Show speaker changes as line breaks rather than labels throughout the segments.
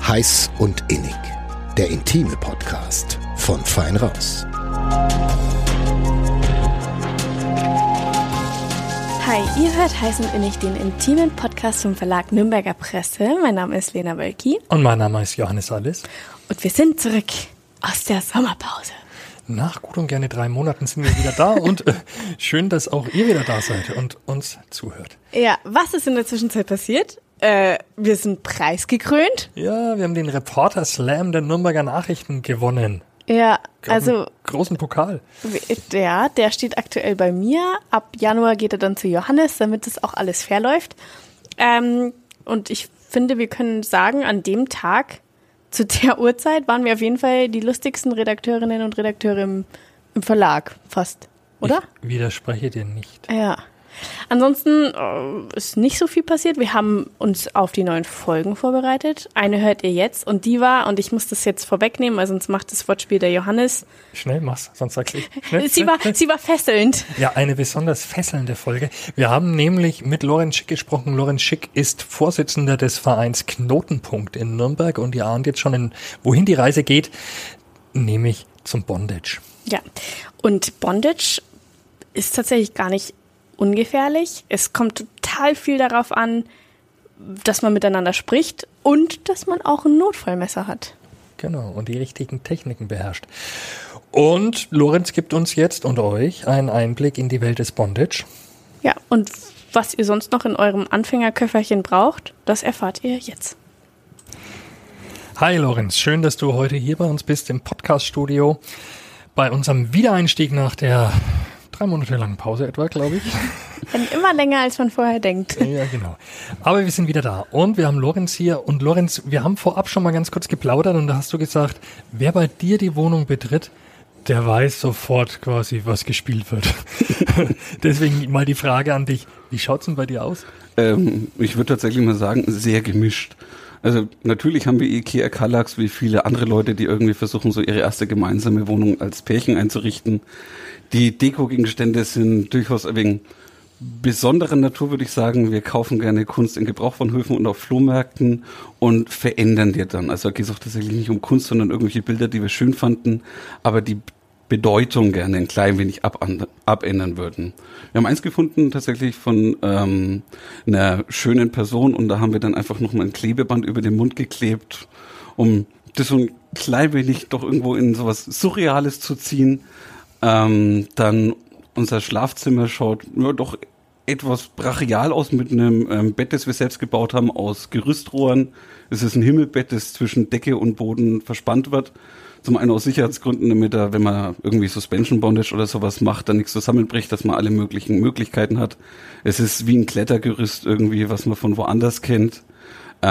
Heiß und Innig, der intime Podcast von Fein Raus.
Hi, ihr hört Heiß und Innig, den intimen Podcast vom Verlag Nürnberger Presse. Mein Name ist Lena Wölki.
Und mein Name ist Johannes Alles.
Und wir sind zurück aus der Sommerpause.
Nach gut und gerne 3 Monaten sind wir wieder da und schön, dass auch ihr wieder da seid und uns zuhört.
Ja, was ist in der Zwischenzeit passiert? Wir sind preisgekrönt.
Ja, wir haben den Reporter Slam der Nürnberger Nachrichten gewonnen.
Ja,
also großen Pokal.
Ja, der steht aktuell bei mir. Ab Januar geht er dann zu Johannes, damit das auch alles fair läuft. Und ich finde, wir können sagen, an dem Tag, zu der Uhrzeit, waren wir auf jeden Fall die lustigsten Redakteurinnen und Redakteure im Verlag, fast, oder?
Ich widerspreche dir nicht.
Ja. Ansonsten ist nicht so viel passiert. Wir haben uns auf die neuen Folgen vorbereitet. Eine hört ihr jetzt und die war, und ich muss das jetzt vorwegnehmen, weil sonst macht das Wortspiel der Johannes.
Schnell, mach's, sonst sag ich.
Sie war fesselnd.
Ja, eine besonders fesselnde Folge. Wir haben nämlich mit Lorenz Schick gesprochen. Lorenz Schick ist Vorsitzender des Vereins Knotenpunkt in Nürnberg und ihr ahnt jetzt schon, wohin die Reise geht, nämlich zum Bondage.
Ja, und Bondage ist tatsächlich gar nicht ungefährlich. Es kommt total viel darauf an, dass man miteinander spricht und dass man auch ein Notfallmesser hat.
Genau, und die richtigen Techniken beherrscht. Und Lorenz gibt uns jetzt und euch einen Einblick in die Welt des Bondage.
Ja, und was ihr sonst noch in eurem Anfängerköfferchen braucht, das erfahrt ihr jetzt.
Hi Lorenz, schön, dass du heute hier bei uns bist im Podcast-Studio. Bei unserem Wiedereinstieg nach der 3 Monate langen Pause etwa, glaube ich.
Dann immer länger, als man vorher denkt.
Ja, genau. Aber wir sind wieder da und wir haben Lorenz hier. Und Lorenz, wir haben vorab schon mal ganz kurz geplaudert und da hast du gesagt, wer bei dir die Wohnung betritt, der weiß sofort quasi, was gespielt wird. Deswegen mal die Frage an dich, wie schaut's denn bei dir aus?
Ich würde tatsächlich mal sagen, sehr gemischt. Also natürlich haben wir Ikea Kallax wie viele andere Leute, die irgendwie versuchen, so ihre erste gemeinsame Wohnung als Pärchen einzurichten. Die Dekogegenstände sind durchaus ein wenig besonderer Natur, würde ich sagen. Wir kaufen gerne Kunst in Gebrauchsbahnhöfen und auf Flohmärkten und verändern die dann. Also da geht es auch tatsächlich nicht um Kunst, sondern irgendwelche Bilder, die wir schön fanden, aber die Bedeutung gerne ein klein wenig abändern würden. Wir haben eins gefunden tatsächlich von einer schönen Person und da haben wir dann einfach nochmal ein Klebeband über den Mund geklebt, um das so ein klein wenig doch irgendwo in sowas Surreales zu ziehen. Dann unser Schlafzimmer schaut nur doch etwas brachial aus mit einem Bett, das wir selbst gebaut haben aus Gerüstrohren. Es ist ein Himmelbett, das zwischen Decke und Boden verspannt wird. Zum einen aus Sicherheitsgründen, damit da, wenn man irgendwie Suspension Bondage oder sowas macht, dann nichts zusammenbricht, dass man alle möglichen Möglichkeiten hat. Es ist wie ein Klettergerüst irgendwie, was man von woanders kennt. Ich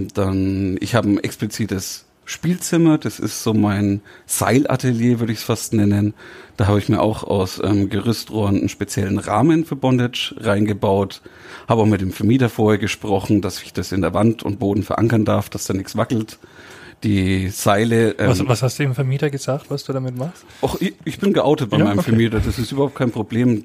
habe ein explizites Spielzimmer, das ist so mein Seilatelier, würde ich es fast nennen. Da habe ich mir auch aus Gerüstrohren einen speziellen Rahmen für Bondage reingebaut. Habe auch mit dem Vermieter vorher gesprochen, dass ich das in der Wand und Boden verankern darf, dass da nichts wackelt. Die Seile...
Was hast du dem Vermieter gesagt, was du damit machst?
Ich bin geoutet bei meinem Vermieter, das ist überhaupt kein Problem.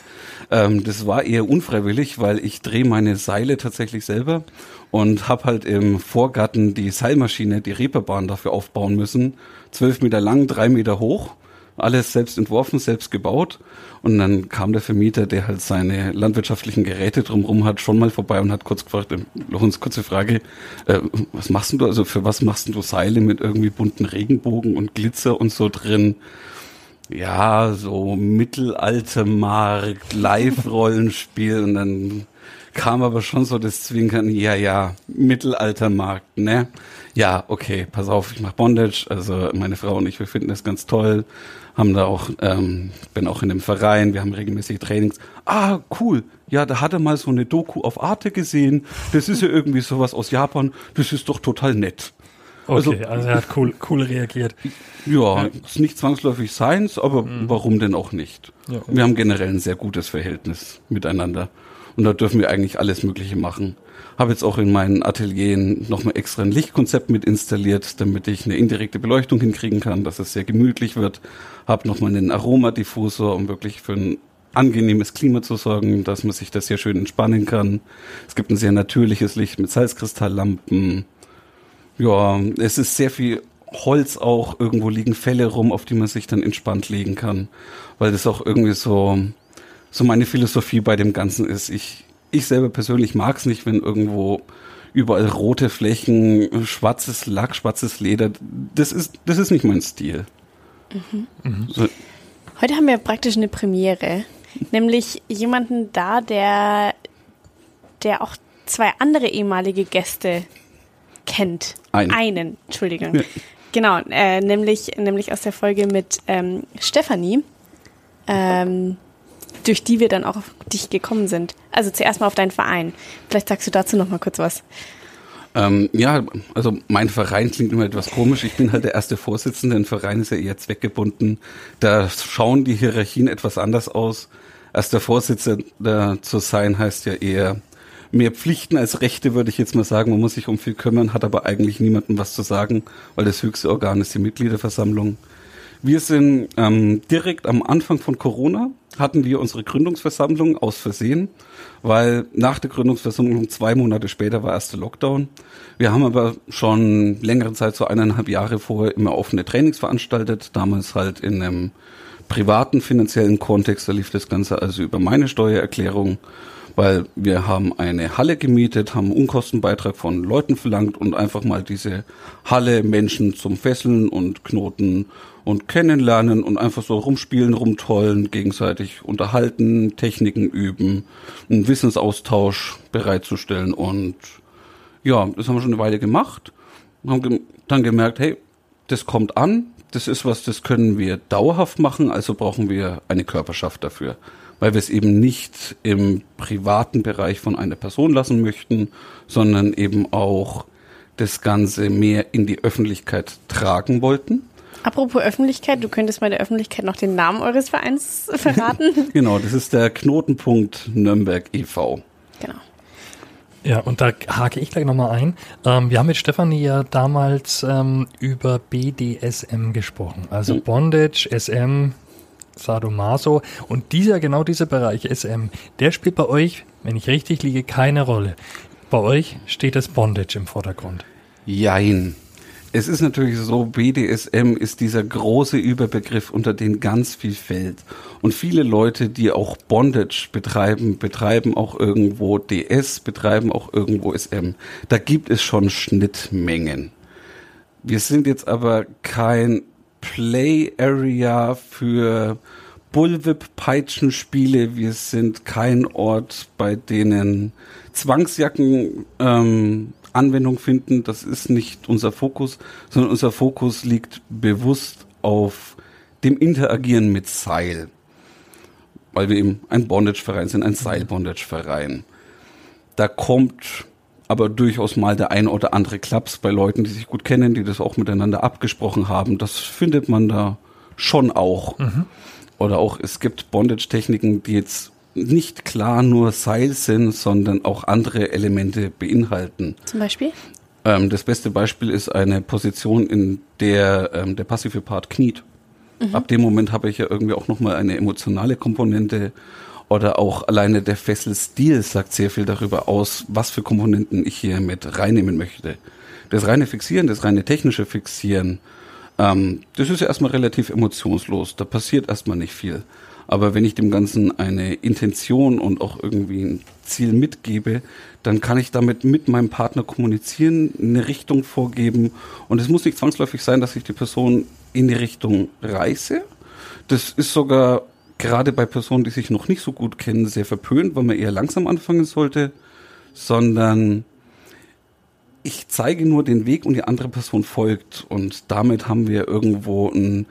Das war eher unfreiwillig, weil ich drehe meine Seile tatsächlich selber und habe halt im Vorgarten die Seilmaschine, die Reeperbahn dafür aufbauen müssen. 12 Meter lang, 3 Meter hoch, alles selbst entworfen, selbst gebaut. Und dann kam der Vermieter, der halt seine landwirtschaftlichen Geräte drumherum hat, schon mal vorbei und hat kurz gefragt, Lorenz, kurze Frage, was machst denn du, also für was machst denn du Seile mit irgendwie bunten Regenbogen und Glitzer und so drin? Ja, so Mittelaltermarkt, Live-Rollenspiel und dann kam aber schon so das Zwinkern, ja, Mittelaltermarkt, ne? Ja, okay, pass auf, ich mach Bondage, also meine Frau und ich, wir finden das ganz toll, haben da auch, bin auch in dem Verein, wir haben regelmäßig Trainings. Ah, cool, ja, da hat er mal so eine Doku auf Arte gesehen, das ist ja irgendwie sowas aus Japan, das ist doch total nett.
Okay, also er hat cool reagiert.
Ja, ist nicht zwangsläufig Science, aber warum denn auch nicht? Ja. Wir haben generell ein sehr gutes Verhältnis miteinander und da dürfen wir eigentlich alles Mögliche machen. Habe jetzt auch in meinen Atelier nochmal extra ein Lichtkonzept mit installiert, damit ich eine indirekte Beleuchtung hinkriegen kann, dass es sehr gemütlich wird. Habe nochmal einen Aromadiffusor, um wirklich für ein angenehmes Klima zu sorgen, dass man sich das sehr schön entspannen kann. Es gibt ein sehr natürliches Licht mit Salzkristalllampen. Ja, es ist sehr viel Holz auch, irgendwo liegen Fälle rum, auf die man sich dann entspannt legen kann, weil das auch irgendwie so meine Philosophie bei dem Ganzen ist. Ich selber persönlich mag es nicht, wenn irgendwo überall rote Flächen, schwarzes Lack, schwarzes Leder, das ist nicht mein Stil. So.
Heute haben wir praktisch eine Premiere, nämlich jemanden da, der auch 2 andere ehemalige Gäste kennt. Einen, Entschuldigung. Ja. Genau, nämlich aus der Folge mit Stefanie, durch die wir dann auch auf dich gekommen sind. Also zuerst mal auf deinen Verein. Vielleicht sagst du dazu noch mal kurz was.
Ja, also mein Verein klingt immer etwas komisch. Ich bin halt der erste Vorsitzende. Ein Verein ist ja eher zweckgebunden. Da schauen die Hierarchien etwas anders aus. Erster Vorsitzender zu sein heißt ja eher mehr Pflichten als Rechte, würde ich jetzt mal sagen. Man muss sich um viel kümmern, hat aber eigentlich niemandem was zu sagen, weil das höchste Organ ist die Mitgliederversammlung. Wir sind direkt am Anfang von Corona hatten wir unsere Gründungsversammlung aus Versehen, weil nach der Gründungsversammlung 2 Monate später war erst der Lockdown. Wir haben aber schon längere Zeit, so 1,5 Jahre vorher, immer offene Trainings veranstaltet, damals halt in einem privaten finanziellen Kontext. Da lief das Ganze also über meine Steuererklärung, weil wir haben eine Halle gemietet, haben einen Unkostenbeitrag von Leuten verlangt und einfach mal diese Halle Menschen zum Fesseln und Knoten und kennenlernen und einfach so rumspielen, rumtollen, gegenseitig unterhalten, Techniken üben, einen Wissensaustausch bereitzustellen. Und ja, das haben wir schon eine Weile gemacht und haben dann gemerkt, hey, das kommt an, das ist was, das können wir dauerhaft machen, also brauchen wir eine Körperschaft dafür, weil wir es eben nicht im privaten Bereich von einer Person lassen möchten, sondern eben auch das Ganze mehr in die Öffentlichkeit tragen wollten.
Apropos Öffentlichkeit, du könntest mal der Öffentlichkeit noch den Namen eures Vereins verraten.
Genau, das ist der Knotenpunkt Nürnberg e.V.
Genau.
Ja, und da hake ich gleich nochmal ein. Wir haben mit Stefanie ja damals über BDSM gesprochen, also Bondage, SM, Sadomaso, und genau dieser Bereich SM, der spielt bei euch, wenn ich richtig liege, keine Rolle. Bei euch steht das Bondage im Vordergrund.
Jein. Es ist natürlich so, BDSM ist dieser große Überbegriff, unter den ganz viel fällt. Und viele Leute, die auch Bondage betreiben auch irgendwo DS, betreiben auch irgendwo SM. Da gibt es schon Schnittmengen. Wir sind jetzt aber kein Play-Area für Bullwhip-Peitschenspiele. Wir sind kein Ort, bei denen Zwangsjacken Anwendung finden. Das ist nicht unser Fokus, sondern unser Fokus liegt bewusst auf dem Interagieren mit Seil. Weil wir eben ein Bondage-Verein sind, ein Seil-Bondage-Verein. Da kommt aber durchaus mal der ein oder andere Klaps bei Leuten, die sich gut kennen, die das auch miteinander abgesprochen haben. Das findet man da schon auch. Oder auch, es gibt Bondage-Techniken, die jetzt nicht klar nur Seil sind, sondern auch andere Elemente beinhalten.
Zum Beispiel?
Das beste Beispiel ist eine Position, in der der passive Part kniet. Ab dem Moment habe ich ja irgendwie auch nochmal eine emotionale Komponente. Oder auch alleine der Fesselstil sagt sehr viel darüber aus, was für Komponenten ich hier mit reinnehmen möchte. Das reine Fixieren, das reine technische Fixieren, das ist ja erstmal relativ emotionslos. Da passiert erstmal nicht viel. Aber wenn ich dem Ganzen eine Intention und auch irgendwie ein Ziel mitgebe, dann kann ich damit mit meinem Partner kommunizieren, eine Richtung vorgeben. Und es muss nicht zwangsläufig sein, dass ich die Person in die Richtung reiße. Das ist sogar gerade bei Personen, die sich noch nicht so gut kennen, sehr verpönt, weil man eher langsam anfangen sollte, sondern ich zeige nur den Weg und die andere Person folgt. Und damit haben wir irgendwo ein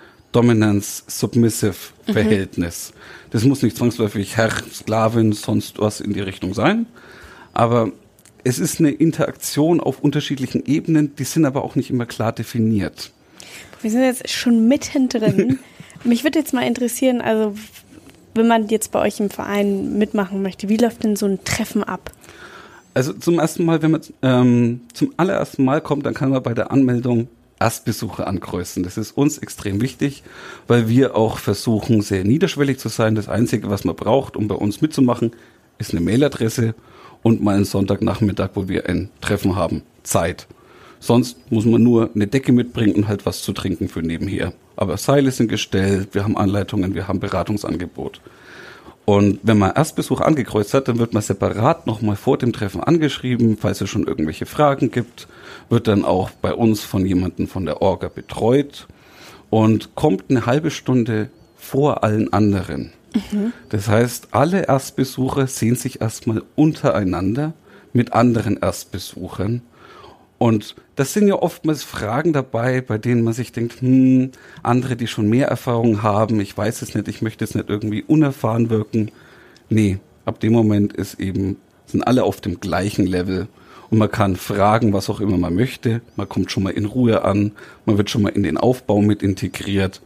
Dominance-Submissive-Verhältnis. Das muss nicht zwangsläufig Herr, Sklavin, sonst was in die Richtung sein. Aber es ist eine Interaktion auf unterschiedlichen Ebenen, die sind aber auch nicht immer klar definiert.
Wir sind jetzt schon mittendrin. Mich würde jetzt mal interessieren, also wenn man jetzt bei euch im Verein mitmachen möchte, wie läuft denn so ein Treffen ab?
Also zum ersten Mal, wenn man zum allerersten Mal kommt, dann kann man bei der Anmeldung Erstbesucher ankreuzen. Das ist uns extrem wichtig, weil wir auch versuchen, sehr niederschwellig zu sein. Das Einzige, was man braucht, um bei uns mitzumachen, ist eine Mailadresse und mal einen Sonntagnachmittag, wo wir ein Treffen haben, Zeit. Sonst muss man nur eine Decke mitbringen und halt was zu trinken für nebenher. Aber Seile sind gestellt, wir haben Anleitungen, wir haben Beratungsangebot. Und wenn man Erstbesuch angekreuzt hat, dann wird man separat nochmal vor dem Treffen angeschrieben, falls es schon irgendwelche Fragen gibt, wird dann auch bei uns von jemandem von der Orga betreut und kommt eine halbe Stunde vor allen anderen. Das heißt, alle Erstbesucher sehen sich erstmal untereinander mit anderen Erstbesuchern. Und das sind ja oftmals Fragen dabei, bei denen man sich denkt, andere, die schon mehr Erfahrung haben, ich weiß es nicht, ich möchte jetzt nicht irgendwie unerfahren wirken. Nee, ab dem Moment sind alle auf dem gleichen Level und man kann fragen, was auch immer man möchte. Man kommt schon mal in Ruhe an, man wird schon mal in den Aufbau mit integriert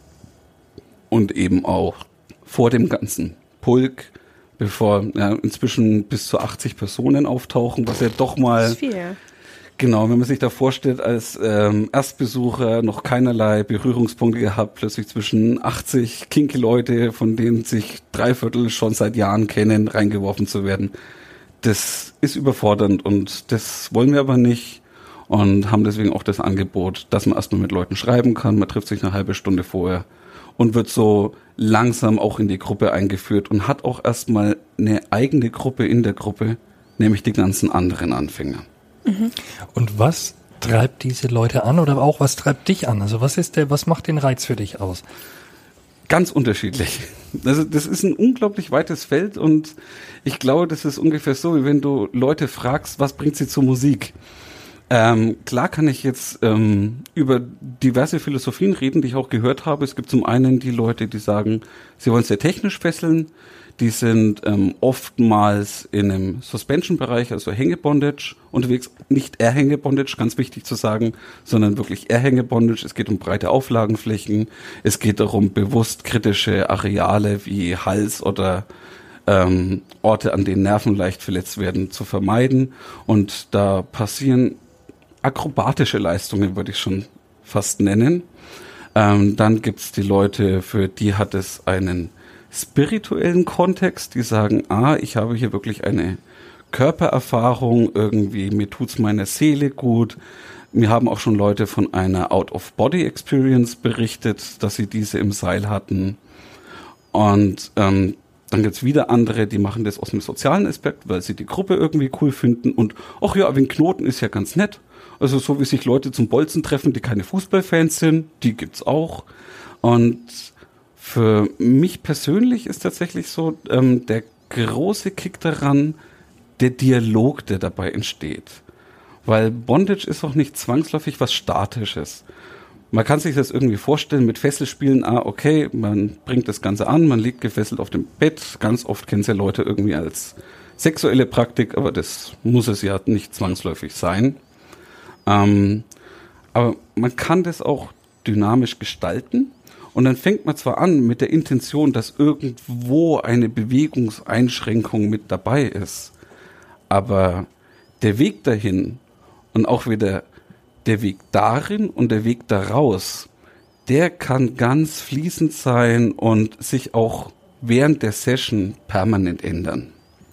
und eben auch vor dem ganzen Pulk, bevor inzwischen bis zu 80 Personen auftauchen, was ja doch mal...
Das ist viel.
Genau, wenn man sich da vorstellt, als Erstbesucher noch keinerlei Berührungspunkte gehabt, plötzlich zwischen 80 Kinky-Leute, von denen sich 3/4 schon seit Jahren kennen, reingeworfen zu werden, das ist überfordernd und das wollen wir aber nicht und haben deswegen auch das Angebot, dass man erstmal mit Leuten schreiben kann, man trifft sich eine halbe Stunde vorher und wird so langsam auch in die Gruppe eingeführt und hat auch erstmal eine eigene Gruppe in der Gruppe, nämlich die ganzen anderen Anfänger.
Und was treibt diese Leute an oder auch was treibt dich an? Also was macht den Reiz für dich aus?
Ganz unterschiedlich. Also das ist ein unglaublich weites Feld und ich glaube, das ist ungefähr so, wie wenn du Leute fragst, was bringt sie zur Musik? Klar kann ich jetzt über diverse Philosophien reden, die ich auch gehört habe. Es gibt zum einen die Leute, die sagen, sie wollen sehr technisch fesseln. Die sind oftmals in einem Suspension-Bereich, also Hängebondage unterwegs. Nicht Air-Hängebondage, ganz wichtig zu sagen, sondern wirklich Air-Hängebondage. Es geht um breite Auflagenflächen. Es geht darum, bewusst kritische Areale wie Hals oder Orte, an denen Nerven leicht verletzt werden, zu vermeiden. Und da passieren akrobatische Leistungen, würde ich schon fast nennen. Dann gibt's die Leute, für die hat es einen spirituellen Kontext, die sagen, ich habe hier wirklich eine Körpererfahrung, irgendwie, mir tut's meiner Seele gut. Mir haben auch schon Leute von einer Out-of-Body-Experience berichtet, dass sie diese im Seil hatten. Und dann gibt's wieder andere, die machen das aus einem sozialen Aspekt, weil sie die Gruppe irgendwie cool finden und, ach ja, aber ein Knoten ist ja ganz nett. Also so wie sich Leute zum Bolzen treffen, die keine Fußballfans sind, die gibt's auch. Und für mich persönlich ist tatsächlich so der große Kick daran, der Dialog, der dabei entsteht. Weil Bondage ist auch nicht zwangsläufig was Statisches. Man kann sich das irgendwie vorstellen mit Fesselspielen, okay, man bringt das Ganze an, man liegt gefesselt auf dem Bett. Ganz oft kennen es ja Leute irgendwie als sexuelle Praktik, aber das muss es ja nicht zwangsläufig sein. Aber man kann das auch dynamisch gestalten. Und dann fängt man zwar an mit der Intention, dass irgendwo eine Bewegungseinschränkung mit dabei ist, aber der Weg dahin und auch wieder der Weg darin und der Weg daraus, der kann ganz fließend sein und sich auch während der Session permanent ändern.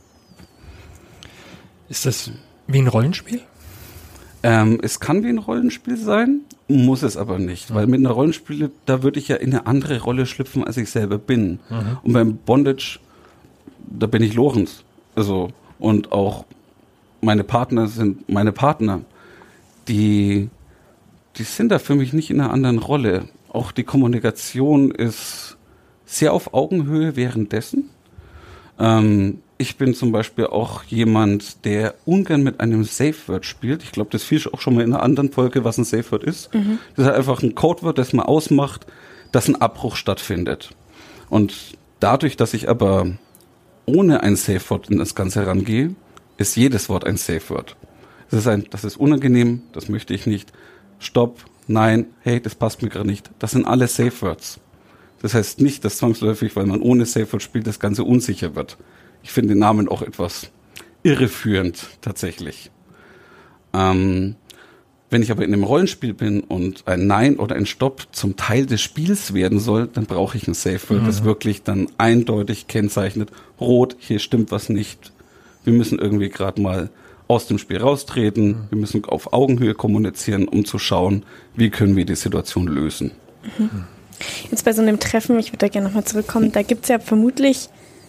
Ist das wie ein Rollenspiel?
Es kann wie ein Rollenspiel sein, muss es aber nicht, weil mit einer Rollenspiel, da würde ich ja in eine andere Rolle schlüpfen, als ich selber bin. Und beim Bondage, da bin ich Lorenz. Also, und auch meine Partner sind meine Partner. Die sind da für mich nicht in einer anderen Rolle. Auch die Kommunikation ist sehr auf Augenhöhe währenddessen. Ich bin zum Beispiel auch jemand, der ungern mit einem Safe-Word spielt. Ich glaube, das fiel auch schon mal in einer anderen Folge, was ein Safe-Word ist. Das ist einfach ein Codewort, das man ausmacht, dass ein Abbruch stattfindet. Und dadurch, dass ich aber ohne ein Safe-Word in das Ganze herangehe, ist jedes Wort ein Safe-Word. Das ist unangenehm, das möchte ich nicht. Stopp, nein, hey, das passt mir gerade nicht. Das sind alle Safe-Words. Das heißt nicht, dass zwangsläufig, weil man ohne Safe-Word spielt, das Ganze unsicher wird. Ich finde den Namen auch etwas irreführend, tatsächlich. Wenn ich aber in einem Rollenspiel bin und ein Nein oder ein Stopp zum Teil des Spiels werden soll, dann brauche ich ein Safe-Word, das wirklich dann eindeutig kennzeichnet. Rot, hier stimmt was nicht. Wir müssen irgendwie gerade mal aus dem Spiel raustreten. Wir müssen auf Augenhöhe kommunizieren, um zu schauen, wie können wir die Situation lösen.
Jetzt bei so einem Treffen, ich würde da gerne nochmal zurückkommen, da gibt es ja vermutlich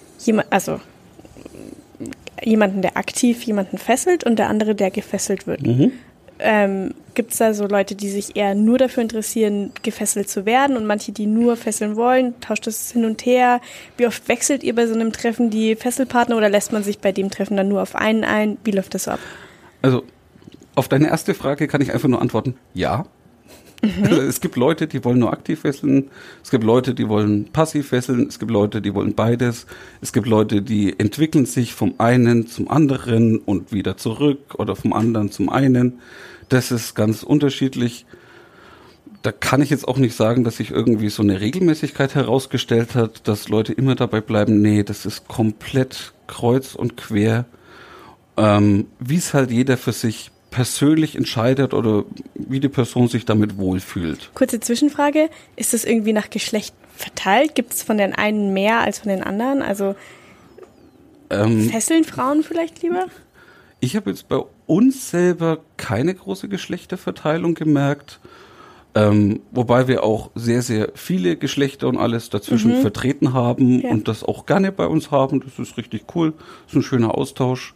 jemanden, der aktiv jemanden fesselt und der andere, der gefesselt wird. Gibt es da so Leute, die sich eher nur dafür interessieren, gefesselt zu werden und manche, die nur fesseln wollen? Tauscht das hin und her? Wie oft wechselt ihr bei so einem Treffen die Fesselpartner oder lässt man sich bei dem Treffen dann nur auf einen ein? Wie läuft das so ab?
Also auf deine erste Frage kann ich einfach nur antworten, ja. Es gibt Leute, die wollen nur aktiv fesseln, es gibt Leute, die wollen passiv fesseln, es gibt Leute, die wollen beides, es gibt Leute, die entwickeln sich vom einen zum anderen und wieder zurück oder vom anderen zum einen. Das ist ganz unterschiedlich. Da kann ich jetzt auch nicht sagen, dass sich irgendwie so eine Regelmäßigkeit herausgestellt hat, dass Leute immer dabei bleiben. Nee, das ist komplett kreuz und quer, wie es halt jeder für sich persönlich entscheidet oder wie die Person sich damit wohlfühlt.
Kurze Zwischenfrage, ist das irgendwie nach Geschlecht verteilt? Gibt es von den einen mehr als von den anderen? Also fesseln Frauen vielleicht lieber?
Ich habe jetzt bei uns selber keine große Geschlechterverteilung gemerkt, wobei wir auch sehr, sehr viele Geschlechter und alles dazwischen vertreten haben und das auch gerne bei uns haben. Das ist richtig cool, das ist ein schöner Austausch.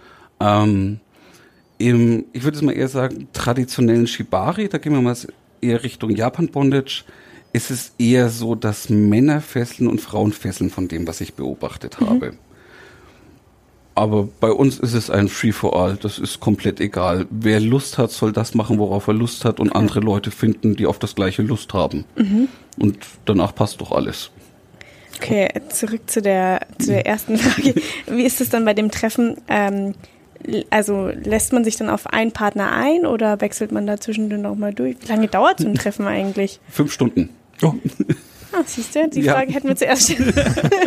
Ich würde es mal eher sagen, traditionellen Shibari, da gehen wir mal eher Richtung Japan-Bondage, ist es eher so, dass Männer fesseln und Frauen fesseln von dem, was ich beobachtet habe. Aber bei uns ist es ein Free-for-all, das ist komplett egal. Wer Lust hat, soll das machen, worauf er Lust hat und andere Leute finden, die auf das gleiche Lust haben. Und danach passt doch alles.
Okay, zurück zu der ersten Frage. Wie ist es dann bei dem Treffen? Also lässt man sich dann auf einen Partner ein oder wechselt man da zwischendurch nochmal durch? Wie lange dauert so ein Treffen eigentlich?
5 Stunden.
Oh.
Siehst du, die Frage hätten wir zuerst stellen.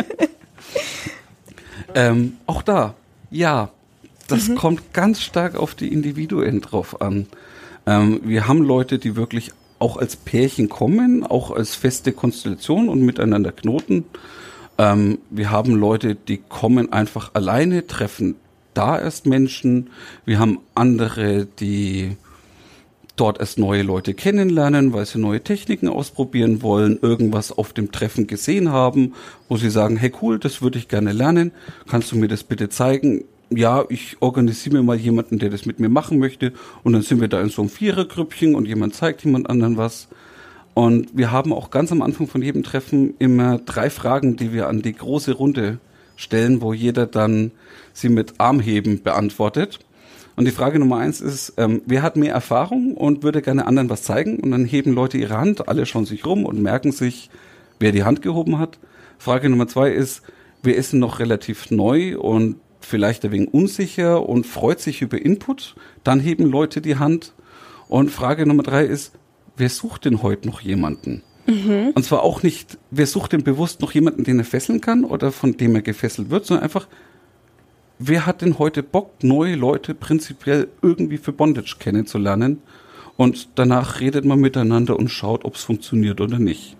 Auch da, ja, das kommt ganz stark auf die Individuen drauf an. Wir haben Leute, die wirklich auch als Pärchen kommen, auch als feste Konstellation und miteinander knoten. Wir haben Leute, die kommen einfach alleine, treffen da erst Menschen. Wir haben andere, die dort erst neue Leute kennenlernen, weil sie neue Techniken ausprobieren wollen, irgendwas auf dem Treffen gesehen haben, wo sie sagen, hey cool, das würde ich gerne lernen, kannst du mir das bitte zeigen? Ja, ich organisiere mir mal jemanden, der das mit mir machen möchte und dann sind wir da in so einem Vierergrüppchen und jemand zeigt jemand anderen was. Und wir haben auch ganz am Anfang von jedem Treffen immer 3 Fragen, die wir an die große Runde stellen, wo jeder dann sie mit Armheben beantwortet. Und die Frage Nummer 1 ist, wer hat mehr Erfahrung und würde gerne anderen was zeigen? Und dann heben Leute ihre Hand, alle schauen sich rum und merken sich, wer die Hand gehoben hat. Frage Nummer 2 ist, wer ist noch relativ neu und vielleicht ein wenig unsicher und freut sich über Input? Dann heben Leute die Hand. Und Frage Nummer 3 ist, wer sucht denn heute noch jemanden? Und zwar auch nicht, wer sucht denn bewusst noch jemanden, den er fesseln kann oder von dem er gefesselt wird, sondern einfach, wer hat denn heute Bock, neue Leute prinzipiell irgendwie für Bondage kennenzulernen? Und danach redet man miteinander und schaut, ob es funktioniert oder nicht.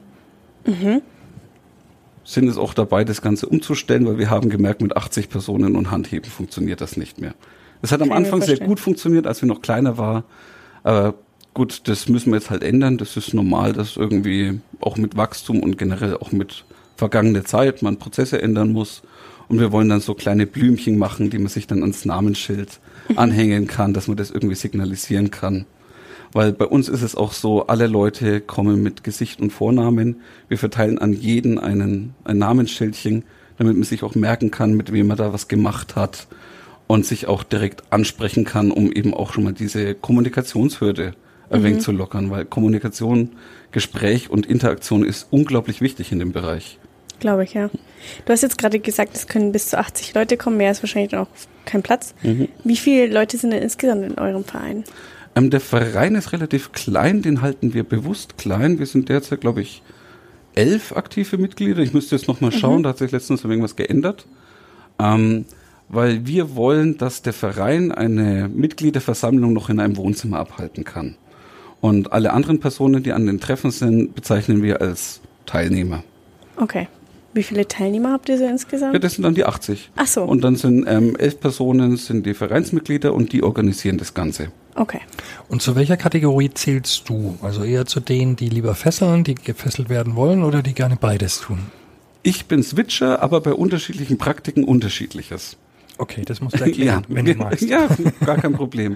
Sind es auch dabei, das Ganze umzustellen, weil wir haben gemerkt, mit 80 Personen und Handheben funktioniert das nicht mehr. Es hat am Anfang sehr gut funktioniert, als wir noch kleiner waren. Aber gut, das müssen wir jetzt halt ändern. Das ist normal, dass irgendwie auch mit Wachstum und generell auch mit vergangener Zeit man Prozesse ändern muss. Und wir wollen dann so kleine Blümchen machen, die man sich dann ans Namensschild anhängen kann, dass man das irgendwie signalisieren kann. Weil bei uns ist es auch so, alle Leute kommen mit Gesicht und Vornamen. Wir verteilen an jeden ein Namensschildchen, damit man sich auch merken kann, mit wem man da was gemacht hat und sich auch direkt ansprechen kann, um eben auch schon mal diese Kommunikationshürde ein wenig zu lockern. Weil Kommunikation, Gespräch und Interaktion ist unglaublich wichtig in dem Bereich.
Glaube ich, ja. Du hast jetzt gerade gesagt, es können bis zu 80 Leute kommen, mehr ist wahrscheinlich noch kein Platz. Wie viele Leute sind denn insgesamt in eurem Verein?
Der Verein ist relativ klein, den halten wir bewusst klein. Wir sind derzeit, glaube ich, 11 aktive Mitglieder. Ich müsste jetzt nochmal schauen, da hat sich letztens irgendwas geändert. Weil wir wollen, dass der Verein eine Mitgliederversammlung noch in einem Wohnzimmer abhalten kann. Und alle anderen Personen, die an den Treffen sind, bezeichnen wir als Teilnehmer.
Okay. Wie viele Teilnehmer habt ihr so insgesamt?
Ja, das sind dann die 80.
Ach so.
Und dann sind 11 Personen, sind die Vereinsmitglieder und die organisieren das Ganze.
Okay.
Und zu welcher Kategorie zählst du? Also eher zu denen, die lieber fesseln, die gefesselt werden wollen oder die gerne beides tun?
Ich bin Switcher, aber bei unterschiedlichen Praktiken unterschiedliches.
Okay, das musst du erklären, wenn du magst.
Ja, gar kein Problem.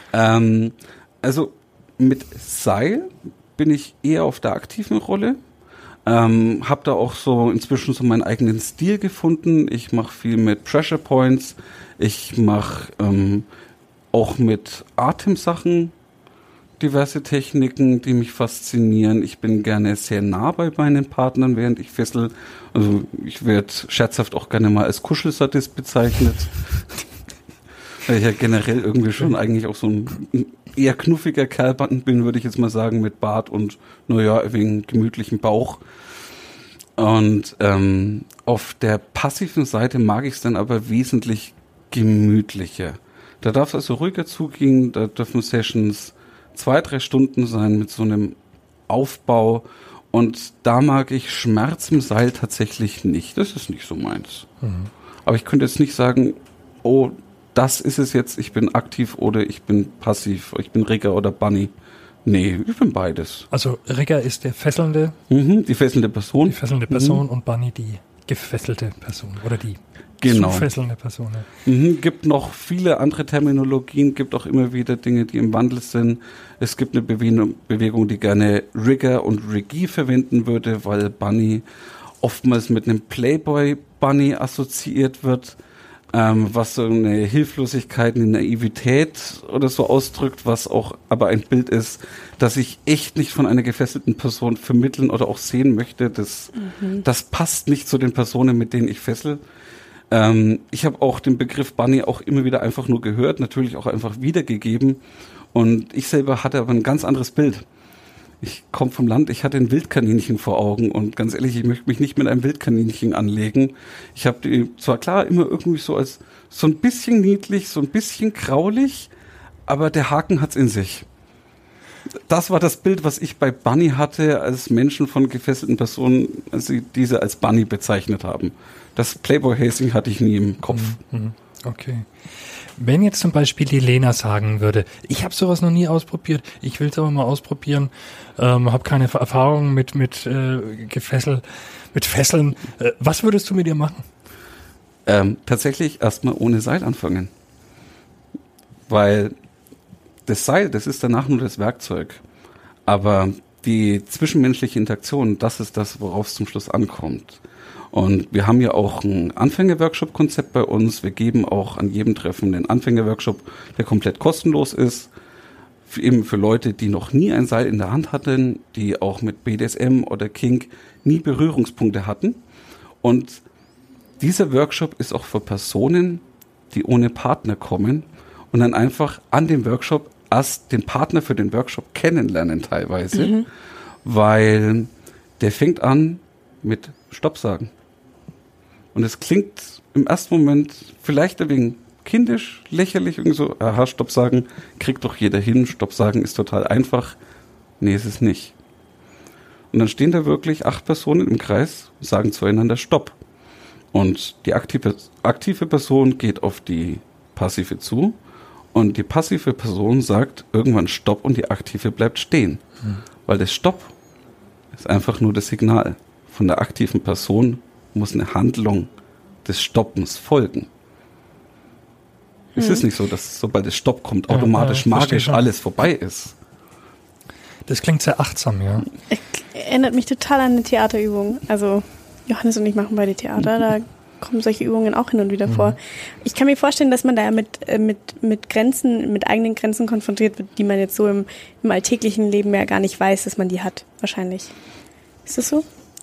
Also mit Seil bin ich eher auf der aktiven Rolle. Habe da auch so inzwischen so meinen eigenen Stil gefunden. Ich mache viel mit Pressure Points. Ich mache auch mit Atemsachen diverse Techniken, die mich faszinieren. Ich bin gerne sehr nah bei meinen Partnern, während ich fessel. Also ich werde scherzhaft auch gerne mal als Kuschelsadist bezeichnet. Weil ich ja generell irgendwie schon eigentlich auch so ein eher knuffiger Kerl bin, würde ich jetzt mal sagen, mit Bart und, naja, wegen gemütlichem Bauch. Und auf der passiven Seite mag ich es dann aber wesentlich gemütlicher. Da darf es also ruhiger zugehen, da dürfen Sessions 2-3 Stunden sein mit so einem Aufbau. Und da mag ich Schmerz im Seil tatsächlich nicht. Das ist nicht so meins. Mhm. Aber ich könnte jetzt nicht sagen, oh, das ist es jetzt, ich bin aktiv oder ich bin passiv, ich bin Rigger oder Bunny. Nee, ich bin beides.
Also Rigger ist der fesselnde.
Die fesselnde Person.
Die fesselnde Person und Bunny die gefesselte Person oder die
genau.
zu fesselnde Person. Ja.
Gibt noch viele andere Terminologien, gibt auch immer wieder Dinge, die im Wandel sind. Es gibt eine Bewegung, die gerne Rigger und Riggy verwenden würde, weil Bunny oftmals mit einem Playboy-Bunny assoziiert wird. Was so eine Hilflosigkeit, eine Naivität oder so ausdrückt, was auch aber ein Bild ist, das ich echt nicht von einer gefesselten Person vermitteln oder auch sehen möchte. Das passt nicht zu den Personen, mit denen ich fessel. Ich habe auch den Begriff Bunny auch immer wieder einfach nur gehört, natürlich auch einfach wiedergegeben. Und ich selber hatte aber ein ganz anderes Bild. Ich komme vom Land, ich hatte ein Wildkaninchen vor Augen und ganz ehrlich, ich möchte mich nicht mit einem Wildkaninchen anlegen. Ich habe die zwar klar immer irgendwie so als so ein bisschen niedlich, so ein bisschen graulich, aber der Haken hat's in sich. Das war das Bild, was ich bei Bunny hatte, als Menschen von gefesselten Personen, als sie diese als Bunny bezeichnet haben. Das Playboy-Hazing hatte ich nie im Kopf.
Okay. Wenn jetzt zum Beispiel die Lena sagen würde, ich habe sowas noch nie ausprobiert, ich will es aber mal ausprobieren, habe keine Erfahrung mit Fesseln, was würdest du mit ihr machen?
Tatsächlich erstmal ohne Seil anfangen. Weil das Seil, das ist danach nur das Werkzeug. Aber die zwischenmenschliche Interaktion, das ist das, worauf es zum Schluss ankommt. Und wir haben ja auch ein Anfänger-Workshop-Konzept bei uns. Wir geben auch an jedem Treffen einen Anfänger-Workshop, der komplett kostenlos ist. Eben für Leute, die noch nie ein Seil in der Hand hatten, die auch mit BDSM oder Kink nie Berührungspunkte hatten. Und dieser Workshop ist auch für Personen, die ohne Partner kommen und dann einfach an dem Workshop erst den Partner für den Workshop kennenlernen teilweise, weil der fängt an mit Stopp sagen. Und es klingt im ersten Moment vielleicht ein wenig kindisch, lächerlich, irgendwie so, aha, Stopp sagen, kriegt doch jeder hin, Stopp sagen ist total einfach. Nee, ist es nicht. Und dann stehen da wirklich 8 Personen im Kreis und sagen zueinander Stopp. Und die aktive Person geht auf die passive zu und die passive Person sagt irgendwann Stopp und die aktive bleibt stehen. Weil das Stopp ist einfach nur das Signal. Von der aktiven Person muss eine Handlung des Stoppens folgen. Es ist nicht so, dass sobald das Stopp kommt, automatisch magisch alles vorbei ist.
Das klingt sehr achtsam, ja.
Erinnert mich total an eine Theaterübung. Also Johannes und ich machen beide Theater, da kommen solche Übungen auch hin und wieder vor. Ich kann mir vorstellen, dass man da mit Grenzen, mit eigenen Grenzen konfrontiert wird, die man jetzt so im alltäglichen Leben ja gar nicht weiß, dass man die hat, wahrscheinlich. Ist das so?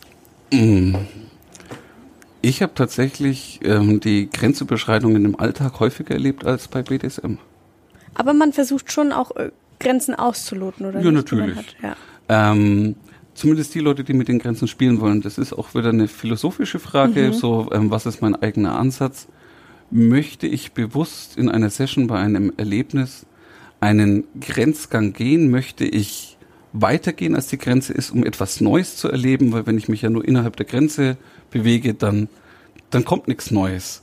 Ich habe tatsächlich die Grenzüberschreitungen im Alltag häufiger erlebt als bei BDSM.
Aber man versucht schon auch Grenzen auszuloten, oder?
Ja, natürlich.
Ja.
Zumindest die Leute, die mit den Grenzen spielen wollen. Das ist auch wieder eine philosophische Frage. Was ist mein eigener Ansatz? Möchte ich bewusst in einer Session bei einem Erlebnis einen Grenzgang gehen? Möchte ich weitergehen, als die Grenze ist, um etwas Neues zu erleben, weil wenn ich mich ja nur innerhalb der Grenze bewege, dann kommt nichts Neues.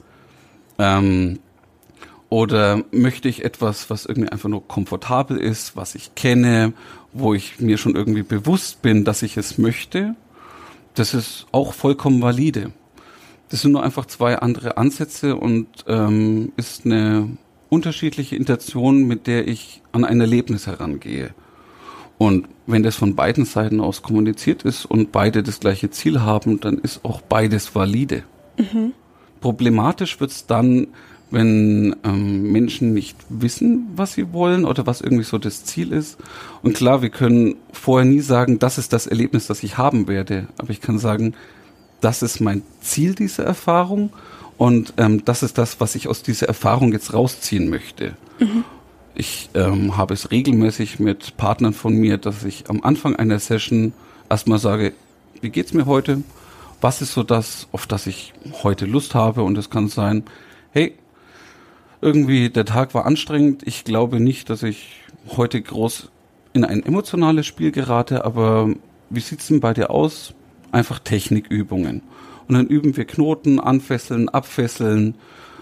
Oder möchte ich etwas, was irgendwie einfach nur komfortabel ist, was ich kenne, wo ich mir schon irgendwie bewusst bin, dass ich es möchte, das ist auch vollkommen valide. Das sind nur einfach zwei andere Ansätze und ist eine unterschiedliche Intention, mit der ich an ein Erlebnis herangehe. Und wenn das von beiden Seiten aus kommuniziert ist und beide das gleiche Ziel haben, dann ist auch beides valide. Mhm. Problematisch wird's dann, wenn Menschen nicht wissen, was sie wollen oder was irgendwie so das Ziel ist. Und klar, wir können vorher nie sagen, das ist das Erlebnis, das ich haben werde. Aber ich kann sagen, das ist mein Ziel dieser Erfahrung und das ist das, was ich aus dieser Erfahrung jetzt rausziehen möchte. Mhm. Ich habe es regelmäßig mit Partnern von mir, dass ich am Anfang einer Session erstmal sage, wie geht's mir heute? Was ist so das, auf das ich heute Lust habe? Und es kann sein, hey, irgendwie der Tag war anstrengend. Ich glaube nicht, dass ich heute groß in ein emotionales Spiel gerate, aber wie sieht's denn bei dir aus? Einfach Technikübungen. Und dann üben wir Knoten, anfesseln, abfesseln.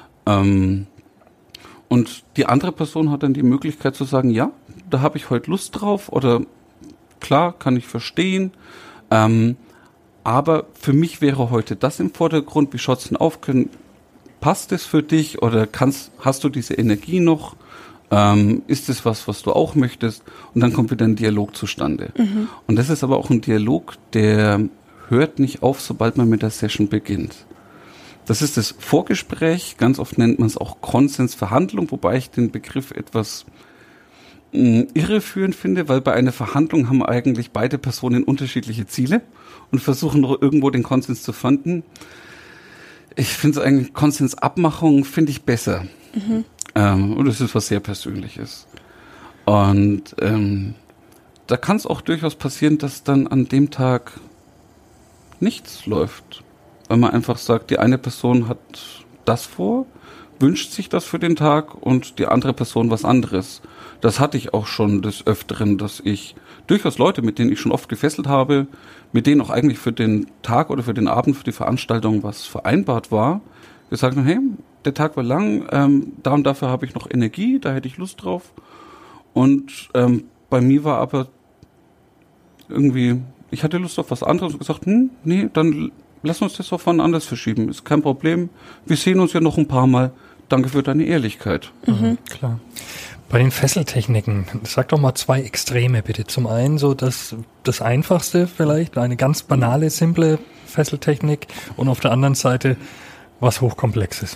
Und die andere Person hat dann die Möglichkeit zu sagen, ja, da habe ich heute Lust drauf oder klar, kann ich verstehen. Aber für mich wäre heute das im Vordergrund. Wie schaut's denn auf? Passt es für dich oder hast du diese Energie noch? Ist es was du auch möchtest? Und dann kommt wieder ein Dialog zustande. Mhm. Und das ist aber auch ein Dialog, der hört nicht auf, sobald man mit der Session beginnt. Das ist das Vorgespräch, ganz oft nennt man es auch Konsensverhandlung, wobei ich den Begriff etwas irreführend finde, weil bei einer Verhandlung haben eigentlich beide Personen unterschiedliche Ziele und versuchen irgendwo den Konsens zu finden. Ich finde es eigentlich, Konsensabmachung finde ich besser. Mhm. Und das ist was sehr Persönliches. Und da kann es auch durchaus passieren, dass dann an dem Tag nichts läuft. Weil man einfach sagt, die eine Person hat das vor, wünscht sich das für den Tag und die andere Person was anderes. Das hatte ich auch schon des Öfteren, dass ich durchaus Leute, mit denen ich schon oft gefesselt habe, mit denen auch eigentlich für den Tag oder für den Abend, für die Veranstaltung was vereinbart war, gesagt haben, hey, der Tag war lang, da und dafür habe ich noch Energie, da hätte ich Lust drauf. Und bei mir war aber irgendwie, ich hatte Lust auf was anderes und gesagt, nee, dann lass uns das auf wann anders verschieben. Ist kein Problem. Wir sehen uns ja noch ein paar Mal. Danke für deine Ehrlichkeit.
Mhm. Klar. Bei den Fesseltechniken, sag doch mal zwei Extreme bitte. Zum einen so das Einfachste vielleicht, eine ganz banale, simple Fesseltechnik und auf der anderen Seite was Hochkomplexes.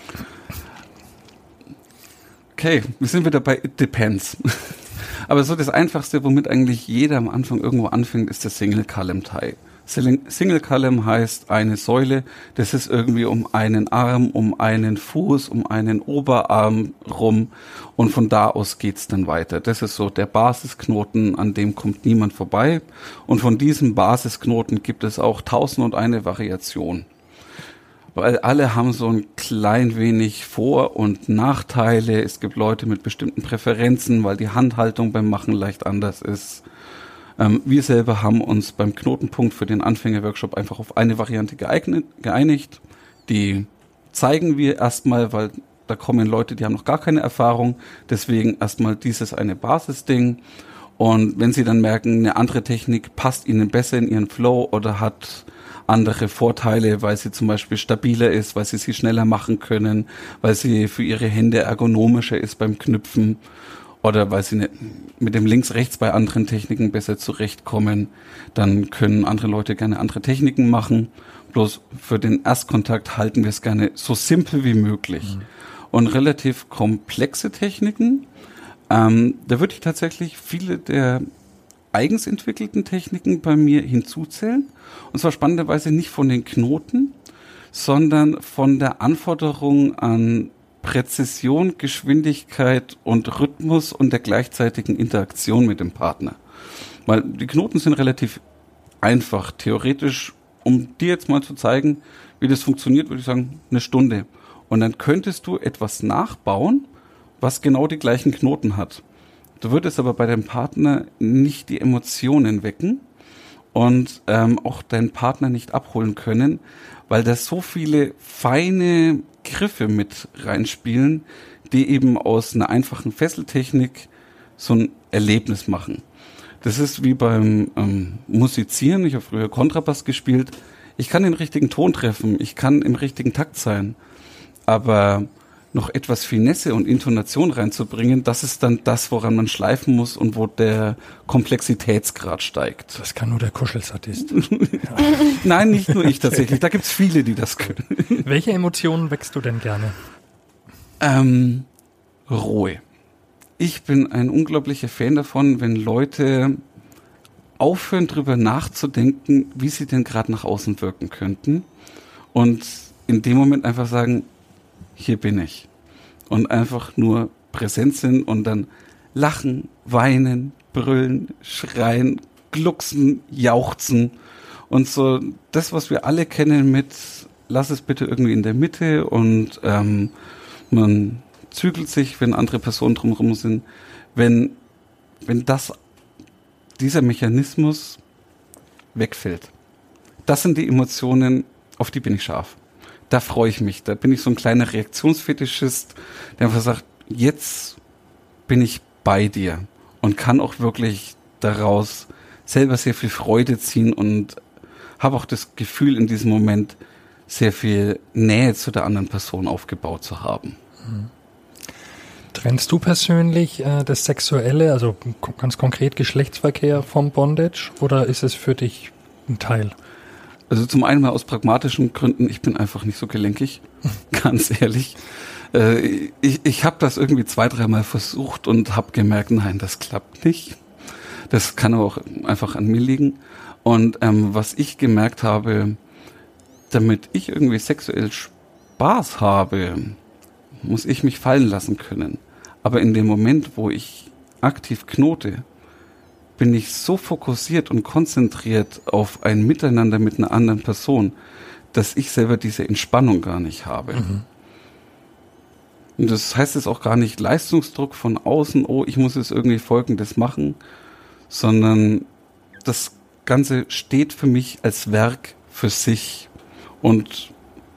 Okay, wir sind wieder bei It Depends. Aber so das Einfachste, womit eigentlich jeder am Anfang irgendwo anfängt, ist der Single Column Tie. Single Column heißt eine Säule, das ist irgendwie um einen Arm, um einen Fuß, um einen Oberarm rum und von da aus geht's dann weiter. Das ist so der Basisknoten, an dem kommt niemand vorbei und von diesem Basisknoten gibt es auch 1001 Variation. Weil alle haben so ein klein wenig Vor- und Nachteile. Es gibt Leute mit bestimmten Präferenzen, weil die Handhaltung beim Machen leicht anders ist. Wir selber haben uns beim Knotenpunkt für den Anfängerworkshop einfach auf eine Variante geeinigt. Die zeigen wir erstmal, weil da kommen Leute, die haben noch gar keine Erfahrung. Deswegen erstmal dieses eine Basisding. Und wenn sie dann merken, eine andere Technik passt ihnen besser in ihren Flow oder hat andere Vorteile, weil sie zum Beispiel stabiler ist, weil sie schneller machen können, weil sie für ihre Hände ergonomischer ist beim Knüpfen oder weil sie mit dem Links-Rechts bei anderen Techniken besser zurechtkommen, dann können andere Leute gerne andere Techniken machen. Bloß für den Erstkontakt halten wir es gerne so simpel wie möglich. Mhm. Und relativ komplexe Techniken, da würde ich tatsächlich viele der eigens entwickelten Techniken bei mir hinzuzählen. Und zwar spannenderweise nicht von den Knoten, sondern von der Anforderung an Präzision, Geschwindigkeit und Rhythmus und der gleichzeitigen Interaktion mit dem Partner. Weil die Knoten sind relativ einfach. Theoretisch, um dir jetzt mal zu zeigen, wie das funktioniert, würde ich sagen, 1 Stunde. Und dann könntest du etwas nachbauen, was genau die gleichen Knoten hat. Du würdest aber bei deinem Partner nicht die Emotionen wecken und auch deinen Partner nicht abholen können, weil da so viele feine Griffe mit reinspielen, die eben aus einer einfachen Fesseltechnik so ein Erlebnis machen. Das ist wie beim Musizieren. Ich habe früher Kontrabass gespielt. Ich kann den richtigen Ton treffen, ich kann im richtigen Takt sein, aber noch etwas Finesse und Intonation reinzubringen, das ist dann das, woran man schleifen muss und wo der Komplexitätsgrad steigt.
Das kann nur der Kuschelsadist.
Nein, nicht nur ich tatsächlich. Da gibt's viele, die das können.
Welche Emotionen wächst du denn gerne?
Ruhe. Ich bin ein unglaublicher Fan davon, wenn Leute aufhören, drüber nachzudenken, wie sie denn gerade nach außen wirken könnten und in dem Moment einfach sagen, hier bin ich. Und einfach nur präsent sind und dann lachen, weinen, brüllen, schreien, glucksen, jauchzen und so das, was wir alle kennen mit lass es bitte irgendwie in der Mitte und man zügelt sich, wenn andere Personen drumherum sind. Wenn dieser Mechanismus wegfällt. Das sind die Emotionen, auf die bin ich scharf. Da freue ich mich. Da bin ich so ein kleiner Reaktionsfetischist, der einfach sagt, jetzt bin ich bei dir und kann auch wirklich daraus selber sehr viel Freude ziehen und habe auch das Gefühl, in diesem Moment sehr viel Nähe zu der anderen Person aufgebaut zu haben.
Trennst du persönlich das Sexuelle, also ganz konkret Geschlechtsverkehr vom Bondage, oder ist es für dich ein Teil?
Also zum einen mal aus pragmatischen Gründen, ich bin einfach nicht so gelenkig, ganz ehrlich. Ich habe das irgendwie 2-3 Mal versucht und habe gemerkt, nein, das klappt nicht. Das kann aber auch einfach an mir liegen. Und was ich gemerkt habe, damit ich irgendwie sexuell Spaß habe, muss ich mich fallen lassen können. Aber in dem Moment, wo ich aktiv knote, bin ich so fokussiert und konzentriert auf ein Miteinander mit einer anderen Person, dass ich selber diese Entspannung gar nicht habe. Mhm. Und das heißt jetzt auch gar nicht Leistungsdruck von außen, oh, ich muss jetzt irgendwie Folgendes machen, sondern das Ganze steht für mich als Werk für sich und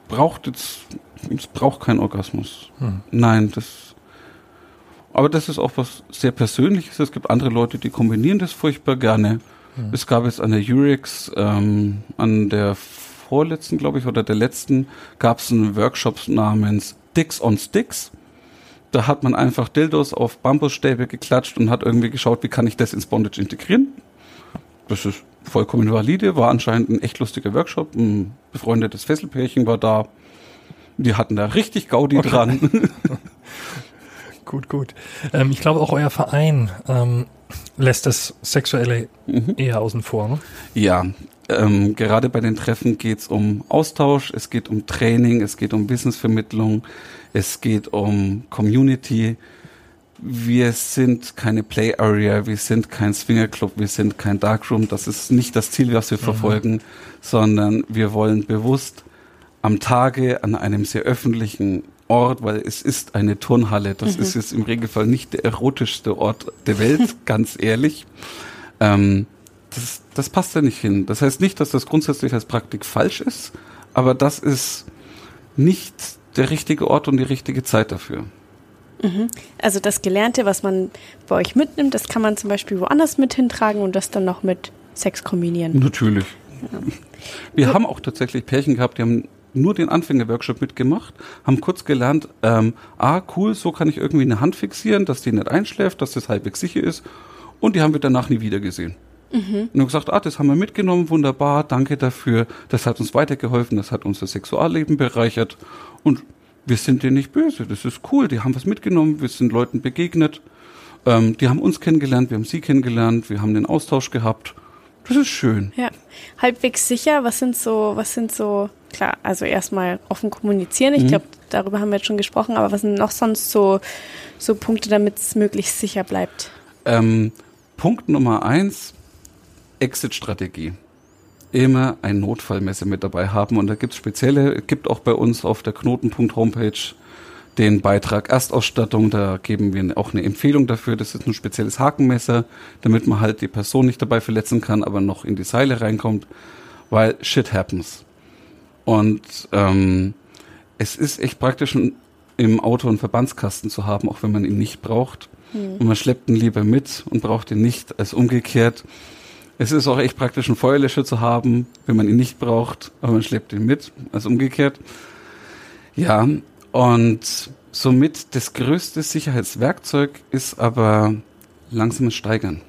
es braucht keinen Orgasmus. Nein, aber das ist auch was sehr Persönliches. Es gibt andere Leute, die kombinieren das furchtbar gerne. Es gab jetzt an der Urix, an der vorletzten, glaube ich, oder der letzten, gab es einen Workshop namens Dicks on Sticks. Da hat man einfach Dildos auf Bambusstäbe geklatscht und hat irgendwie geschaut, wie kann ich das ins Bondage integrieren. Das ist vollkommen valide, war anscheinend ein echt lustiger Workshop. Ein befreundetes Fesselpärchen war da. Die hatten da richtig Gaudi dran.
Gut. Ich glaube, auch euer Verein lässt das Sexuelle eher außen vor, ne?
Ja, gerade bei den Treffen geht es um Austausch, es geht um Training, es geht um Wissensvermittlung, es geht um Community. Wir sind keine Play Area, wir sind kein Swingerclub, wir sind kein Darkroom. Das ist nicht das Ziel, was wir verfolgen, sondern wir wollen bewusst am Tage an einem sehr öffentlichen Ort, weil es ist eine Turnhalle. Das ist jetzt im Regelfall nicht der erotischste Ort der Welt, ganz ehrlich. Das passt da nicht hin. Das heißt nicht, dass das grundsätzlich als Praktik falsch ist, aber das ist nicht der richtige Ort und die richtige Zeit dafür.
Also das Gelernte, was man bei euch mitnimmt, das kann man zum Beispiel woanders mit hintragen und das dann noch mit Sex kombinieren.
Natürlich. Ja. Wir haben auch tatsächlich Pärchen gehabt, die haben nur den Anfänger-Workshop mitgemacht, haben kurz gelernt, cool, so kann ich irgendwie eine Hand fixieren, dass die nicht einschläft, dass das halbwegs sicher ist, und die haben wir danach nie wieder gesehen. Und haben gesagt, das haben wir mitgenommen, wunderbar, danke dafür, das hat uns weitergeholfen, das hat unser Sexualleben bereichert und wir sind denen nicht böse, das ist cool, die haben was mitgenommen, wir sind Leuten begegnet, die haben uns kennengelernt, wir haben sie kennengelernt, wir haben den Austausch gehabt. Das ist schön.
Ja, halbwegs sicher. Was sind so, klar, also erstmal offen kommunizieren. Ich glaube, darüber haben wir jetzt schon gesprochen, aber was sind noch sonst so Punkte, damit es möglichst sicher bleibt?
Punkt Nummer 1, Exit-Strategie. Immer ein Notfallmesser mit dabei haben und da gibt es gibt auch bei uns auf der Knotenpunkt-Homepage den Beitrag Erstausstattung, da geben wir auch eine Empfehlung dafür. Das ist ein spezielles Hakenmesser, damit man halt die Person nicht dabei verletzen kann, aber noch in die Seile reinkommt, weil shit happens. Und es ist echt praktisch, im Auto einen Verbandskasten zu haben, auch wenn man ihn nicht braucht. Und man schleppt ihn lieber mit und braucht ihn nicht, als umgekehrt. Es ist auch echt praktisch, einen Feuerlöscher zu haben, wenn man ihn nicht braucht, aber man schleppt ihn mit, als umgekehrt. Ja, und somit das größte Sicherheitswerkzeug ist aber langsames Steigern.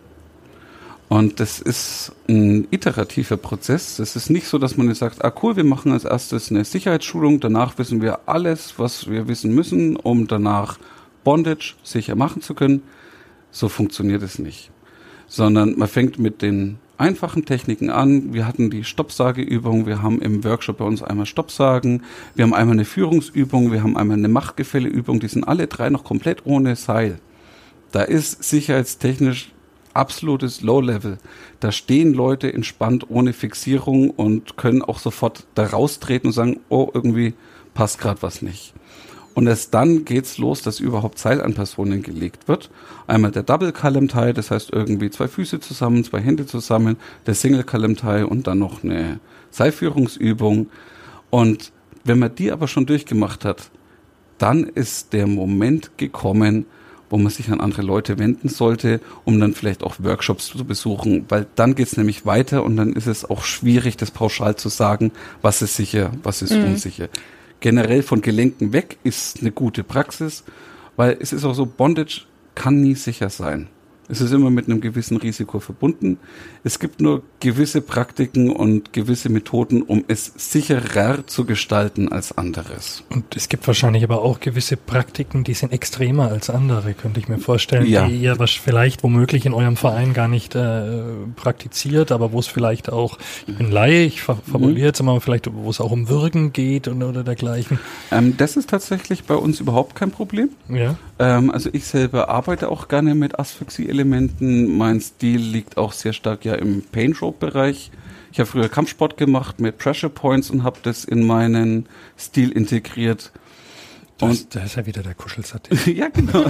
Und das ist ein iterativer Prozess. Das ist nicht so, dass man jetzt sagt, cool, wir machen als erstes eine Sicherheitsschulung, danach wissen wir alles, was wir wissen müssen, um danach Bondage sicher machen zu können. So funktioniert es nicht. Sondern man fängt mit den einfachen Techniken an. Wir hatten die Stoppsageübung, wir haben im Workshop bei uns einmal Stoppsagen, wir haben einmal eine Führungsübung, wir haben einmal eine Machtgefälleübung, die sind alle 3 noch komplett ohne Seil. Da ist sicherheitstechnisch absolutes Low-Level. Da stehen Leute entspannt ohne Fixierung und können auch sofort da raustreten und sagen, oh, irgendwie passt gerade was nicht. Und erst dann geht's los, dass überhaupt Seil an Personen gelegt wird. Einmal der Double Column Tie, das heißt irgendwie 2 Füße zusammen, 2 Hände zusammen, der Single Column Tie und dann noch eine Seilführungsübung. Und wenn man die aber schon durchgemacht hat, dann ist der Moment gekommen, wo man sich an andere Leute wenden sollte, um dann vielleicht auch Workshops zu besuchen, weil dann geht's nämlich weiter und dann ist es auch schwierig, das pauschal zu sagen, was ist sicher, was ist unsicher. Generell von Gelenken weg ist eine gute Praxis, weil es ist auch so, Bondage kann nie sicher sein. Es ist immer mit einem gewissen Risiko verbunden. Es gibt nur gewisse Praktiken und gewisse Methoden, um es sicherer zu gestalten als anderes.
Und es gibt wahrscheinlich aber auch gewisse Praktiken, die sind extremer als andere, könnte ich mir vorstellen,
Ja.
die ihr vielleicht womöglich in eurem Verein gar nicht praktiziert, aber wo es vielleicht auch, ich bin Laie, ich formuliere jetzt mal, vielleicht wo es auch um Würgen geht oder dergleichen.
Das ist tatsächlich bei uns überhaupt kein Problem.
Ja.
Also ich selber arbeite auch gerne mit Asphyxie-Elementen. Mein Stil liegt auch sehr stark ja im Pain-Rope-Bereich. Ich habe früher Kampfsport gemacht mit Pressure Points und habe das in meinen Stil integriert. Und
Da ist ja wieder der Kuschelsattel.
ja, genau.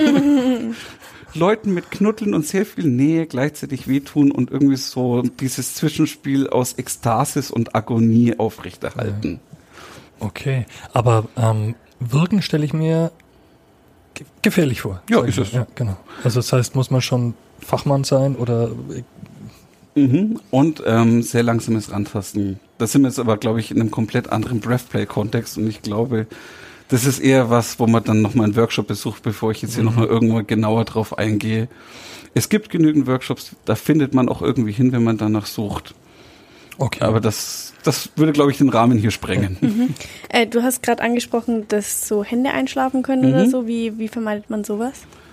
Leuten mit Knuddeln und sehr viel Nähe gleichzeitig wehtun und irgendwie so dieses Zwischenspiel aus Ekstasis und Agonie aufrechterhalten.
Okay, aber Würgen stelle ich mir gefährlich vor.
Ja,
sag ich
ist
mal.
es.
Ja, genau. Also das heißt, muss man schon Fachmann sein oder...
Und sehr langsames Rantasten. Das sind wir jetzt aber, glaube ich, in einem komplett anderen Breathplay-Kontext und ich glaube, das ist eher was, wo man dann nochmal einen Workshop besucht, bevor ich jetzt hier nochmal irgendwo genauer drauf eingehe. Es gibt genügend Workshops, da findet man auch irgendwie hin, wenn man danach sucht.
Okay.
Aber das würde, glaube ich, den Rahmen hier sprengen.
Du hast gerade angesprochen, dass so Hände einschlafen können oder so. Wie vermeidet man sowas?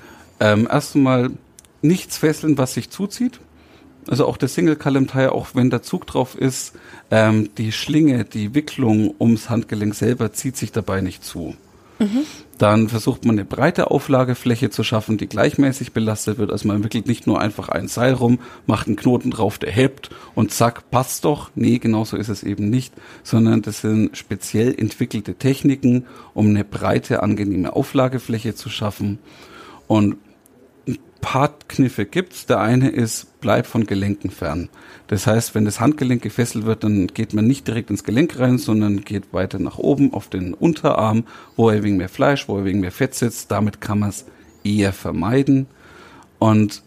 Erst einmal nichts fesseln, was sich zuzieht. Also auch der Single Column Tie, auch wenn der Zug drauf ist, die Schlinge, die Wicklung ums Handgelenk selber zieht sich dabei nicht zu. Dann versucht man eine breite Auflagefläche zu schaffen, die gleichmäßig belastet wird. Also man wickelt nicht nur einfach ein Seil rum, macht einen Knoten drauf, der hebt und zack, passt doch. Nee, genauso ist es eben nicht, sondern das sind speziell entwickelte Techniken, um eine breite, angenehme Auflagefläche zu schaffen. Und ein paar Kniffe gibt's. Der eine ist, bleib von Gelenken fern. Das heißt, wenn das Handgelenk gefesselt wird, dann geht man nicht direkt ins Gelenk rein, sondern geht weiter nach oben auf den Unterarm, wo er wegen mehr Fleisch, wo er wegen mehr Fett sitzt. Damit kann man es eher vermeiden. Und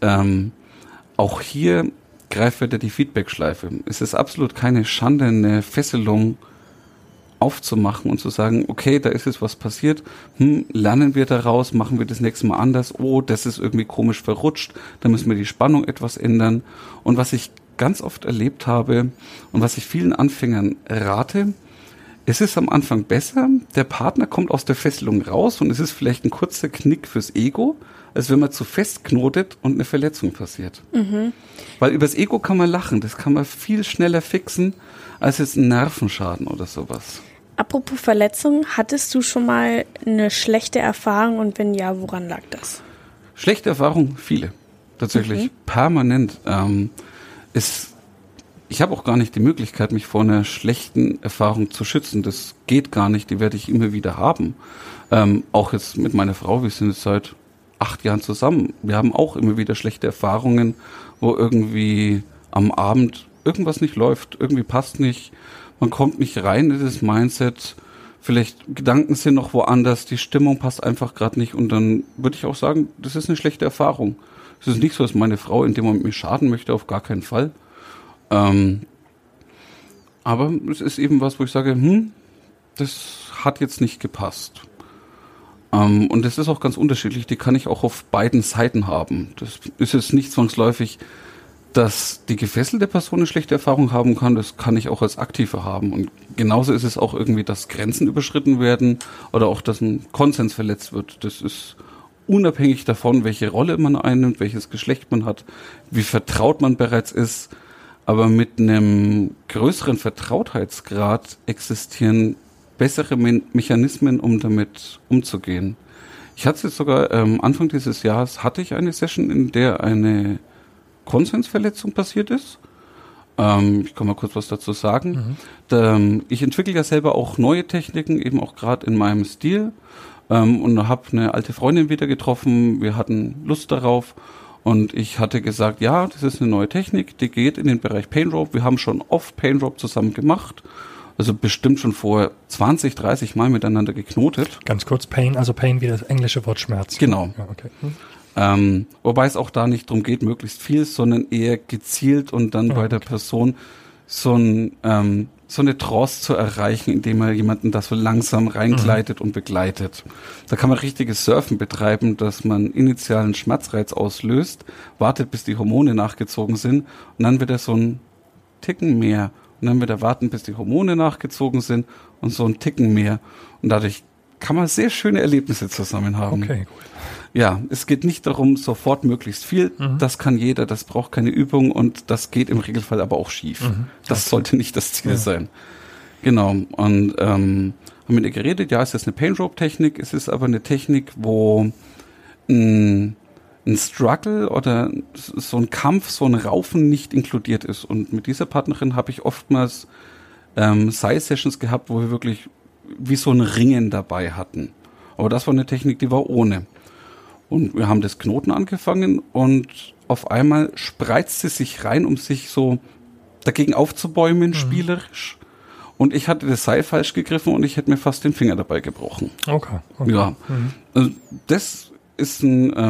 auch hier greift wieder die Feedback-Schleife. Es ist absolut keine Schande, eine Fesselung aufzumachen und zu sagen, okay, da ist jetzt was passiert, lernen wir daraus, machen wir das nächste Mal anders, oh, das ist irgendwie komisch verrutscht, da müssen wir die Spannung etwas ändern. Und was ich ganz oft erlebt habe und was ich vielen Anfängern rate, es ist am Anfang besser, der Partner kommt aus der Fesselung raus und es ist vielleicht ein kurzer Knick fürs Ego, als wenn man zu fest knotet und eine Verletzung passiert. Weil übers Ego kann man lachen, das kann man viel schneller fixen, als jetzt ein Nervenschaden oder sowas.
Apropos Verletzung, hattest du schon mal eine schlechte Erfahrung und wenn ja, woran lag das?
Schlechte Erfahrungen, viele. Tatsächlich permanent. ich habe auch gar nicht die Möglichkeit, mich vor einer schlechten Erfahrung zu schützen. Das geht gar nicht, die werde ich immer wieder haben. Auch jetzt mit meiner Frau, wir sind jetzt seit 8 Jahren zusammen. Wir haben auch immer wieder schlechte Erfahrungen, wo irgendwie am Abend irgendwas nicht läuft, irgendwie passt nicht, man kommt nicht rein in das Mindset, vielleicht Gedanken sind noch woanders, die Stimmung passt einfach gerade nicht und dann würde ich auch sagen, das ist eine schlechte Erfahrung. Es ist nicht so, dass meine Frau in dem Moment mir schaden möchte, auf gar keinen Fall. Aber es ist eben was, wo ich sage, das hat jetzt nicht gepasst. Und das ist auch ganz unterschiedlich, die kann ich auch auf beiden Seiten haben. Das ist jetzt nicht zwangsläufig, dass die gefesselte Person eine schlechte Erfahrung haben kann, das kann ich auch als Aktive haben. Und genauso ist es auch irgendwie, dass Grenzen überschritten werden oder auch, dass ein Konsens verletzt wird. Das ist unabhängig davon, welche Rolle man einnimmt, welches Geschlecht man hat, wie vertraut man bereits ist. Aber mit einem größeren Vertrautheitsgrad existieren bessere Mechanismen, um damit umzugehen. Ich hatte jetzt sogar Anfang dieses Jahres hatte ich eine Session, in der eine Konsensverletzung passiert ist. Ich kann mal kurz was dazu sagen. Ich entwickle ja selber auch neue Techniken, eben auch gerade in meinem Stil. Und habe eine alte Freundin wieder getroffen. Wir hatten Lust darauf. Und ich hatte gesagt, ja, das ist eine neue Technik, die geht in den Bereich Pain Rope. Wir haben schon oft Pain Rope zusammen gemacht. Also bestimmt schon vor 20, 30 Mal miteinander geknotet.
Ganz kurz, Pain, also Pain wie das englische Wort Schmerz.
Genau.
Ja, okay.
Wobei es auch da nicht darum geht, möglichst viel, sondern eher gezielt und dann bei der Person so eine Trance zu erreichen, indem man jemanden da so langsam reingleitet und begleitet. Da kann man richtiges Surfen betreiben, dass man initialen Schmerzreiz auslöst, wartet, bis die Hormone nachgezogen sind und dann wird er so ein Ticken mehr. Und dann wird er warten, bis die Hormone nachgezogen sind und so ein Ticken mehr. Und dadurch kann man sehr schöne Erlebnisse zusammen haben.
Okay, gut.
Ja, es geht nicht darum, sofort möglichst viel. Das kann jeder, das braucht keine Übung und das geht im Regelfall aber auch schief. Das sollte nicht das Ziel sein. Genau. Und haben mit ihr geredet, ja, es ist eine Pain Rope Technik, es ist aber eine Technik, wo ein Struggle oder so ein Kampf, so ein Raufen nicht inkludiert ist. Und mit dieser Partnerin habe ich oftmals Side-Sessions gehabt, wo wir wirklich wie so ein Ringen dabei hatten. Aber das war eine Technik, die war ohne. Und wir haben das Knoten angefangen und auf einmal spreizt sie sich rein, um sich so dagegen aufzubäumen, spielerisch. Und ich hatte das Seil falsch gegriffen und ich hätte mir fast den Finger dabei gebrochen.
Okay.
Ja, also das ist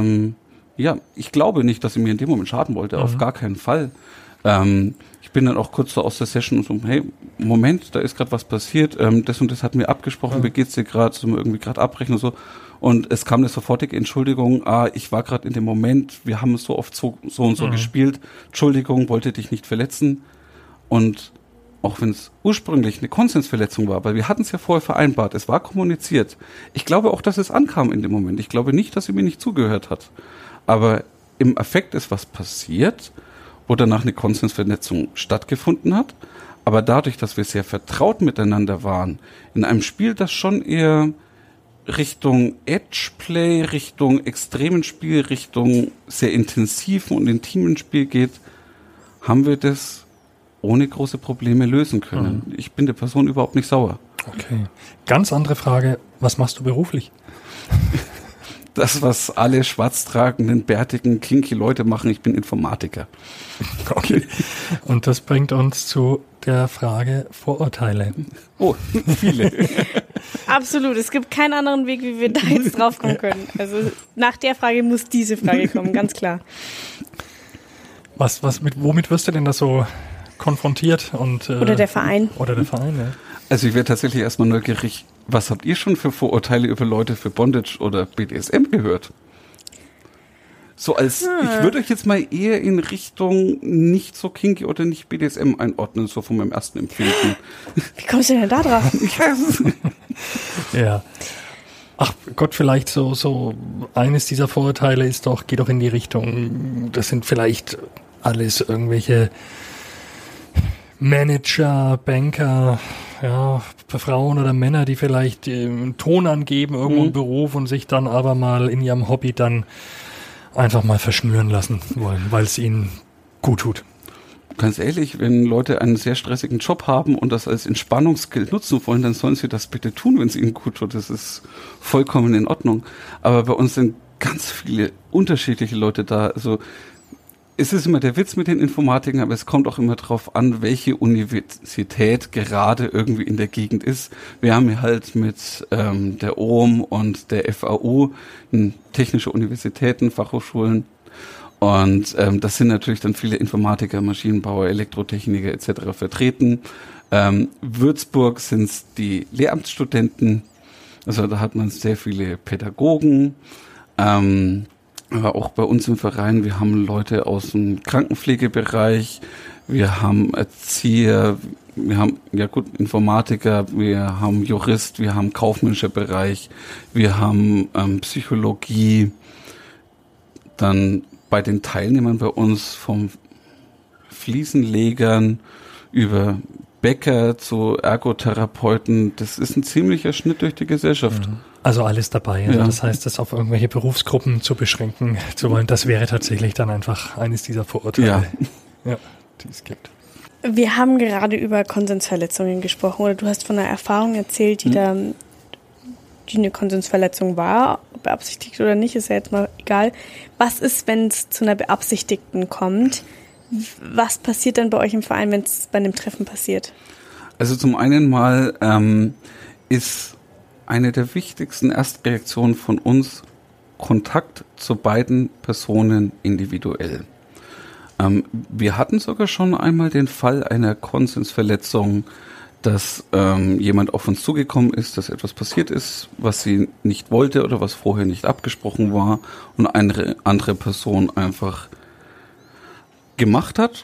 ich glaube nicht, dass sie mir in dem Moment schaden wollte, auf gar keinen Fall. Ich bin dann auch kurz so aus der Session und so, hey, Moment, da ist gerade was passiert, das und das hatten wir abgesprochen, wie geht's dir gerade, sollen wir irgendwie gerade abbrechen und so. Und es kam eine sofortige Entschuldigung, ich war gerade in dem Moment, wir haben so oft so und so gespielt, Entschuldigung, wollte dich nicht verletzen. Und auch wenn es ursprünglich eine Konsensverletzung war, weil wir hatten es ja vorher vereinbart, es war kommuniziert. Ich glaube auch, dass es ankam in dem Moment. Ich glaube nicht, dass sie mir nicht zugehört hat. Aber im Affekt ist was passiert, wo danach eine Konsensverletzung stattgefunden hat. Aber dadurch, dass wir sehr vertraut miteinander waren, in einem Spiel, das schon eher Richtung Edgeplay, Richtung extremen Spiel, Richtung sehr intensiven und intimen Spiel geht, haben wir das ohne große Probleme lösen können. Ich bin der Person überhaupt nicht sauer.
Okay. Ganz andere Frage, was machst du beruflich?
Das, was alle schwarztragenden, bärtigen, kinky Leute machen, ich bin Informatiker.
Okay. Und das bringt uns zu der Frage Vorurteile.
Oh, viele.
Absolut. Es gibt keinen anderen Weg, wie wir da jetzt drauf kommen können. Also nach der Frage muss diese Frage kommen, ganz klar.
Womit wirst du denn da so konfrontiert?
Oder der Verein.
Oder der Verein, ja.
Also ich wäre tatsächlich erstmal neugierig, was habt ihr schon für Vorurteile über Leute für Bondage oder BDSM gehört? So als, ich würde euch jetzt mal eher in Richtung nicht so kinky oder nicht BDSM einordnen, so von meinem ersten Empfinden.
Wie kommst du denn da drauf?
Ja. Ach Gott, vielleicht so eines dieser Vorurteile geht doch in die Richtung, das sind vielleicht alles irgendwelche Manager, Banker, ja, Frauen oder Männer, die vielleicht einen Ton angeben irgendwo im Beruf und sich dann aber mal in ihrem Hobby dann einfach mal verschnüren lassen wollen, weil es ihnen gut tut.
ganz ehrlich, wenn Leute einen sehr stressigen Job haben und das als Entspannungsskill nutzen wollen, dann sollen sie das bitte tun, wenn es ihnen gut tut. Das ist vollkommen in Ordnung. Aber bei uns sind ganz viele unterschiedliche Leute da. Also es ist immer der Witz mit den Informatikern, aber es kommt auch immer drauf an, welche Universität gerade irgendwie in der Gegend ist. Wir haben hier halt mit der OHM und der FAU technische Universitäten, Fachhochschulen. Und das sind natürlich dann viele Informatiker, Maschinenbauer, Elektrotechniker etc. vertreten. Würzburg sind es die Lehramtsstudenten, also da hat man sehr viele Pädagogen. Aber auch bei uns im Verein, wir haben Leute aus dem Krankenpflegebereich, wir haben Erzieher, wir haben Informatiker, wir haben Jurist, wir haben kaufmännischer Bereich, wir haben Psychologie. Dann bei den Teilnehmern bei uns vom Fliesenlegern über Bäcker zu Ergotherapeuten, das ist ein ziemlicher Schnitt durch die Gesellschaft.
Also alles dabei. Also
ja.
Das heißt, das auf irgendwelche Berufsgruppen zu beschränken zu wollen, das wäre tatsächlich dann einfach eines dieser Vorurteile, die es gibt.
Wir haben gerade über Konsensverletzungen gesprochen oder du hast von einer Erfahrung erzählt, die eine Konsensverletzung war, beabsichtigt oder nicht, ist ja jetzt mal egal. Was ist, wenn es zu einer beabsichtigten kommt? Was passiert dann bei euch im Verein, wenn es bei einem Treffen passiert?
Also zum einen mal ist eine der wichtigsten Erstreaktionen von uns Kontakt zu beiden Personen individuell. Wir hatten sogar schon einmal den Fall einer Konsensverletzung, dass jemand auf uns zugekommen ist, dass etwas passiert ist, was sie nicht wollte oder was vorher nicht abgesprochen war und eine andere Person einfach gemacht hat.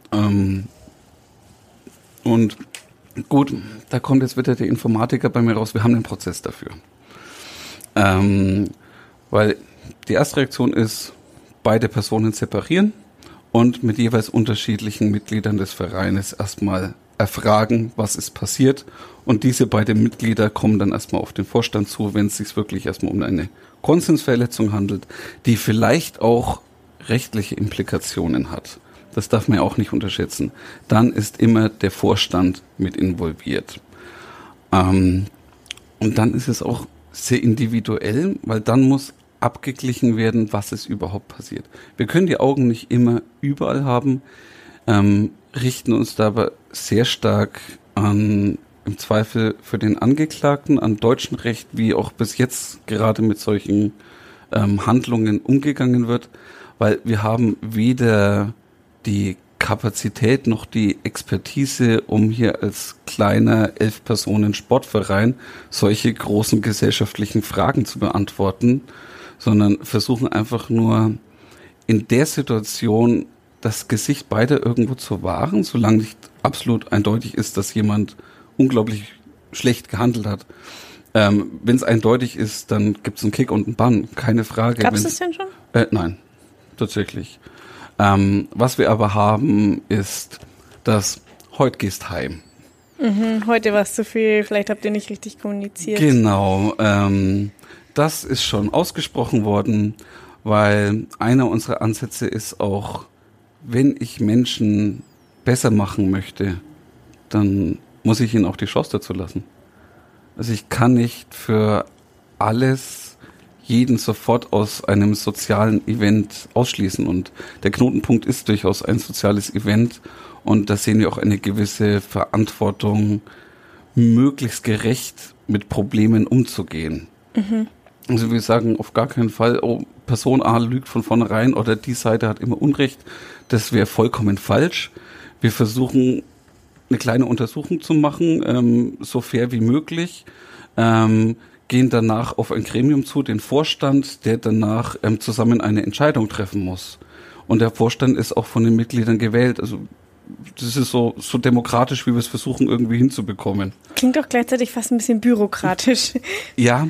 Und gut, da kommt jetzt wieder der Informatiker bei mir raus. Wir haben den Prozess dafür. Weil die erste Reaktion ist, beide Personen separieren und mit jeweils unterschiedlichen Mitgliedern des Vereines erstmal erfragen, was ist passiert. Und diese beiden Mitglieder kommen dann erstmal auf den Vorstand zu, wenn es sich wirklich erstmal um eine Konsensverletzung handelt, die vielleicht auch rechtliche Implikationen hat. Das darf man ja auch nicht unterschätzen. Dann ist immer der Vorstand mit involviert. Und dann ist es auch sehr individuell, weil dann muss abgeglichen werden, was ist überhaupt passiert. Wir können die Augen nicht immer überall haben, richten uns dabei sehr stark an, im Zweifel für den Angeklagten, an deutschem Recht, wie auch bis jetzt gerade mit solchen Handlungen umgegangen wird, weil wir haben weder die Kapazität noch die Expertise, um hier als kleiner 11-Personen-Sportverein solche großen gesellschaftlichen Fragen zu beantworten, sondern versuchen einfach nur in der Situation das Gesicht beider irgendwo zu wahren, solange nicht absolut eindeutig ist, dass jemand unglaublich schlecht gehandelt hat. Wenn es eindeutig ist, dann gibt es einen Kick und einen Bann, keine Frage.
Gab es das denn schon?
Nein, tatsächlich. Was wir aber haben, ist, dass heute gehst heim.
Heute war es zu viel, vielleicht habt ihr nicht richtig kommuniziert.
Genau, das ist schon ausgesprochen worden, weil einer unserer Ansätze ist auch, wenn ich Menschen besser machen möchte, dann muss ich ihnen auch die Chance dazu lassen. Also ich kann nicht für alles jeden sofort aus einem sozialen Event ausschließen. Und der Knotenpunkt ist durchaus ein soziales Event. Und da sehen wir auch eine gewisse Verantwortung, möglichst gerecht mit Problemen umzugehen. Also wir sagen auf gar keinen Fall, oh, Person A lügt von vornherein oder die Seite hat immer Unrecht. Das wäre vollkommen falsch. Wir versuchen, eine kleine Untersuchung zu machen, so fair wie möglich. Gehen danach auf ein Gremium zu, den Vorstand, der danach zusammen eine Entscheidung treffen muss. Und der Vorstand ist auch von den Mitgliedern gewählt. Also das ist so demokratisch, wie wir es versuchen, irgendwie hinzubekommen.
Klingt doch gleichzeitig fast ein bisschen bürokratisch.
Ja.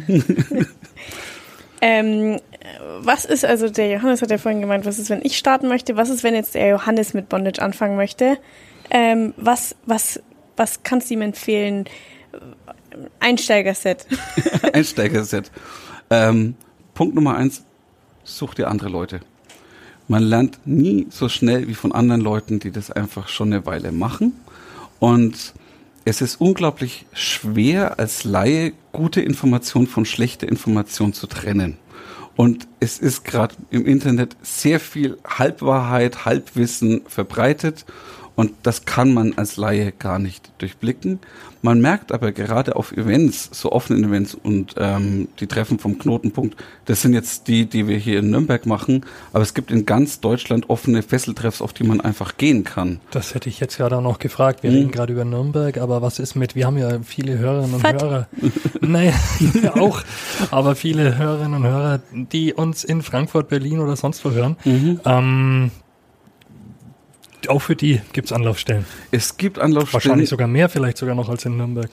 Was ist, also der Johannes hat ja vorhin gemeint, was ist, wenn ich starten möchte? Was ist, wenn jetzt der Johannes mit Bondage anfangen möchte? Was kannst du ihm empfehlen? Einsteigerset. Einsteigerset.
Punkt Nummer 1, such dir andere Leute. Man lernt nie so schnell wie von anderen Leuten, die das einfach schon eine Weile machen. Und es ist unglaublich schwer, als Laie gute Information von schlechter Information zu trennen. Und es ist gerade im Internet sehr viel Halbwahrheit, Halbwissen verbreitet. Und das kann man als Laie gar nicht durchblicken. Man merkt aber gerade auf Events, so offenen Events und die Treffen vom Knotenpunkt, das sind jetzt die wir hier in Nürnberg machen, aber es gibt in ganz Deutschland offene Fesseltreffs, auf die man einfach gehen kann.
Das hätte ich jetzt gerade auch noch gefragt. Wir reden gerade über Nürnberg, aber was ist wir haben ja viele Hörerinnen und Hörer. Naja, auch, aber viele Hörerinnen und Hörer, die uns in Frankfurt, Berlin oder sonst wo hören. Auch für die gibt es Anlaufstellen.
Es gibt Anlaufstellen.
Wahrscheinlich sogar mehr, vielleicht sogar noch als in Nürnberg.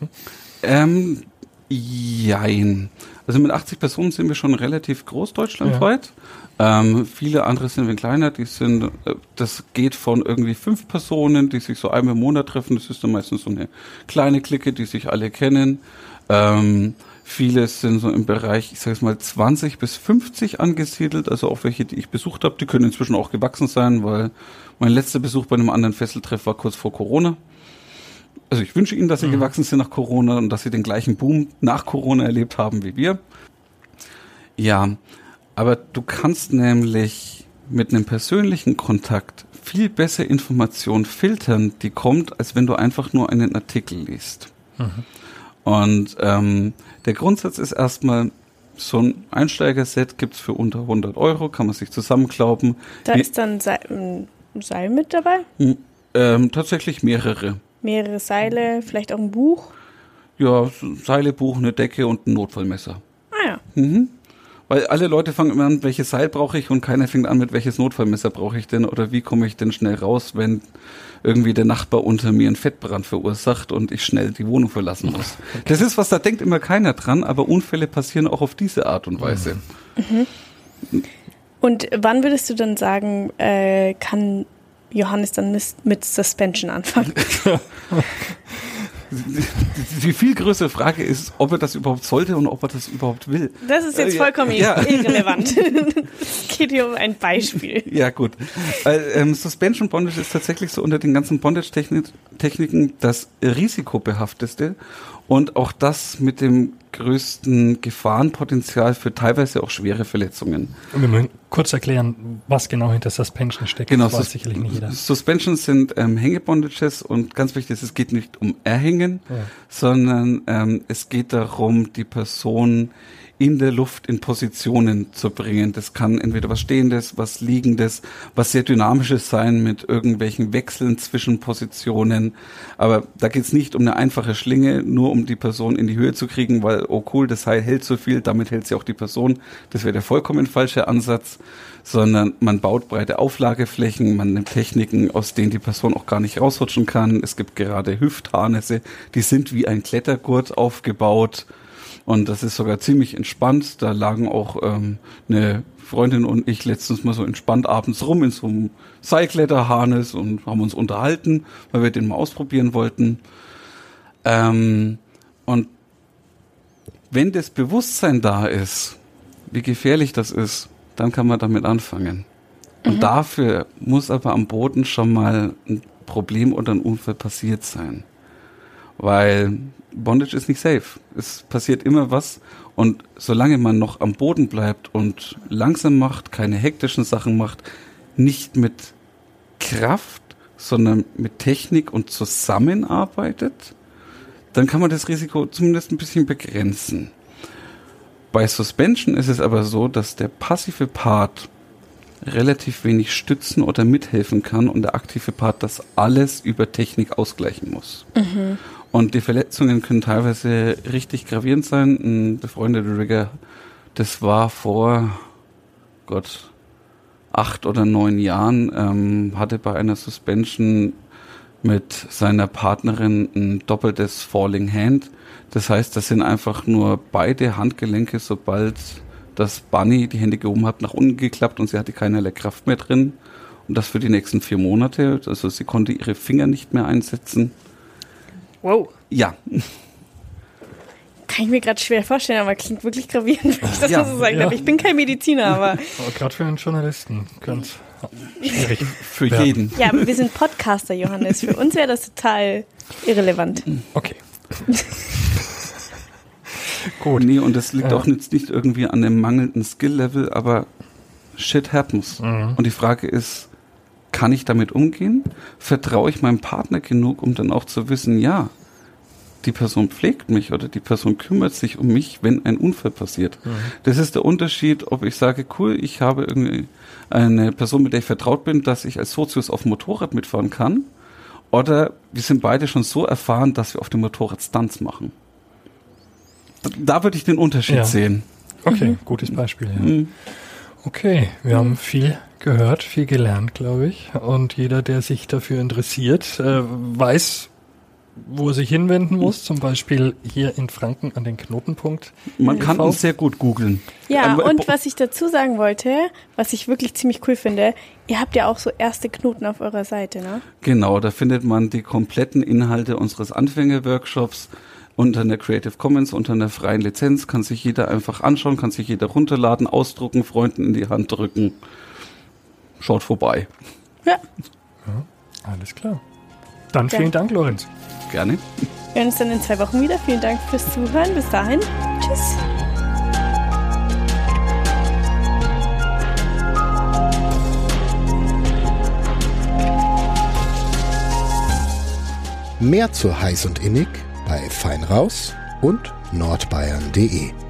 Jein. Also mit 80 Personen sind wir schon relativ groß deutschlandweit. Viele andere sind ein kleiner. Das geht von irgendwie 5 Personen, die sich so einmal im Monat treffen. Das ist dann meistens so eine kleine Clique, die sich alle kennen. Viele sind so im Bereich, ich sage es mal, 20 bis 50 angesiedelt, also auch welche, die ich besucht habe. Die können inzwischen auch gewachsen sein, weil mein letzter Besuch bei einem anderen Fesseltreff war kurz vor Corona. Also ich wünsche Ihnen, dass Sie gewachsen sind nach Corona und dass Sie den gleichen Boom nach Corona erlebt haben wie wir. Ja, aber du kannst nämlich mit einem persönlichen Kontakt viel besser Informationen filtern, die kommt, als wenn du einfach nur einen Artikel liest. Und der Grundsatz ist erstmal, so ein Einsteigerset gibt's für unter 100 €, kann man sich zusammenklauben.
Da ist dann ein Seil mit dabei?
Tatsächlich mehrere.
Mehrere Seile, vielleicht auch ein Buch?
Ja, Seile, Buch, eine Decke und ein Notfallmesser.
Ah ja.
Weil alle Leute fangen immer an, welches Seil brauche ich und keiner fängt an mit, welches Notfallmesser brauche ich denn oder wie komme ich denn schnell raus, wenn irgendwie der Nachbar unter mir einen Fettbrand verursacht und ich schnell die Wohnung verlassen muss. Das ist was, da denkt immer keiner dran, aber Unfälle passieren auch auf diese Art und Weise.
Und wann würdest du dann sagen, kann Johannes dann mit Suspension anfangen?
Die viel größere Frage ist, ob er das überhaupt sollte und ob er das überhaupt will.
Das ist jetzt vollkommen irrelevant. Es geht hier um ein Beispiel.
Ja, gut. Weil Suspension Bondage ist tatsächlich so unter den ganzen Bondage-Techniken das risikobehafteste und auch das mit dem größten Gefahrenpotenzial für teilweise auch schwere Verletzungen.
Und wir müssen kurz erklären, was genau hinter Suspension steckt.
Genau,
das weiß sicherlich nicht jeder.
Suspensions sind Hängebondages und ganz wichtig ist, es geht nicht um Erhängen, sondern es geht darum, die Person in der Luft in Positionen zu bringen. Das kann entweder was Stehendes, was Liegendes, was sehr Dynamisches sein mit irgendwelchen Wechseln zwischen Positionen. Aber da geht es nicht um eine einfache Schlinge, nur um die Person in die Höhe zu kriegen, weil, oh cool, das Seil hält so viel, damit hält sie auch die Person. Das wäre der vollkommen falsche Ansatz, sondern man baut breite Auflageflächen, man nimmt Techniken, aus denen die Person auch gar nicht rausrutschen kann. Es gibt gerade Hüftharnisse, die sind wie ein Klettergurt aufgebaut. Und das ist sogar ziemlich entspannt. Da lagen auch eine Freundin und ich letztens mal so entspannt abends rum in so einem Seilkletterharnis und haben uns unterhalten, weil wir den mal ausprobieren wollten. Und wenn das Bewusstsein da ist, wie gefährlich das ist, dann kann man damit anfangen. Und dafür muss aber am Boden schon mal ein Problem oder ein Unfall passiert sein. Weil Bondage ist nicht safe. Es passiert immer was und solange man noch am Boden bleibt und langsam macht, keine hektischen Sachen macht, nicht mit Kraft, sondern mit Technik und zusammenarbeitet, dann kann man das Risiko zumindest ein bisschen begrenzen. Bei Suspension ist es aber so, dass der passive Part relativ wenig stützen oder mithelfen kann und der aktive Part das alles über Technik ausgleichen muss. Und die Verletzungen können teilweise richtig gravierend sein. Ein befreundeter Rigger, das war vor 8 oder 9 Jahren, hatte bei einer Suspension mit seiner Partnerin ein doppeltes Falling Hand. Das heißt, das sind einfach nur beide Handgelenke, sobald das Bunny die Hände gehoben hat, nach unten geklappt und sie hatte keinerlei Kraft mehr drin. Und das für die nächsten 4 Monate. Also sie konnte ihre Finger nicht mehr einsetzen.
Wow.
Ja.
Kann ich mir gerade schwer vorstellen, aber klingt wirklich gravierend, wenn ich das mal so sagen darf. Ich bin kein Mediziner, aber
gerade für einen Journalisten ganz schwierig.
Für jeden.
Ja, aber wir sind Podcaster, Johannes. Für uns wäre das total irrelevant.
Okay.
Gut. Nee, und das liegt auch jetzt nicht irgendwie an dem mangelnden Skill-Level, aber shit happens. Und die Frage ist, kann ich damit umgehen? Vertraue ich meinem Partner genug, um dann auch zu wissen, ja, die Person pflegt mich oder die Person kümmert sich um mich, wenn ein Unfall passiert. Das ist der Unterschied, ob ich sage, cool, ich habe irgendwie eine Person, mit der ich vertraut bin, dass ich als Sozius auf dem Motorrad mitfahren kann, oder wir sind beide schon so erfahren, dass wir auf dem Motorrad Stunts machen. Da würde ich den Unterschied sehen.
Okay, gutes Beispiel. Ja. Okay, wir haben viel gehört, viel gelernt, glaube ich. Und jeder, der sich dafür interessiert, weiß, wo er sich hinwenden muss. Zum Beispiel hier in Franken an den Knotenpunkt.
Man kann uns sehr gut googeln.
Ja, und was ich dazu sagen wollte, was ich wirklich ziemlich cool finde, ihr habt ja auch so erste Knoten auf eurer Seite, ne?
Genau, da findet man die kompletten Inhalte unseres Anfänger-Workshops unter einer Creative Commons, unter einer freien Lizenz, kann sich jeder einfach anschauen, kann sich jeder runterladen, ausdrucken, Freunden in die Hand drücken. Schaut vorbei.
Ja.
Alles klar. Dann vielen Dank, Lorenz.
Gerne.
Wir hören uns dann in 2 Wochen wieder. Vielen Dank fürs Zuhören. Bis dahin. Tschüss.
Mehr zu Heiß und Innig bei Fein raus und nordbayern.de.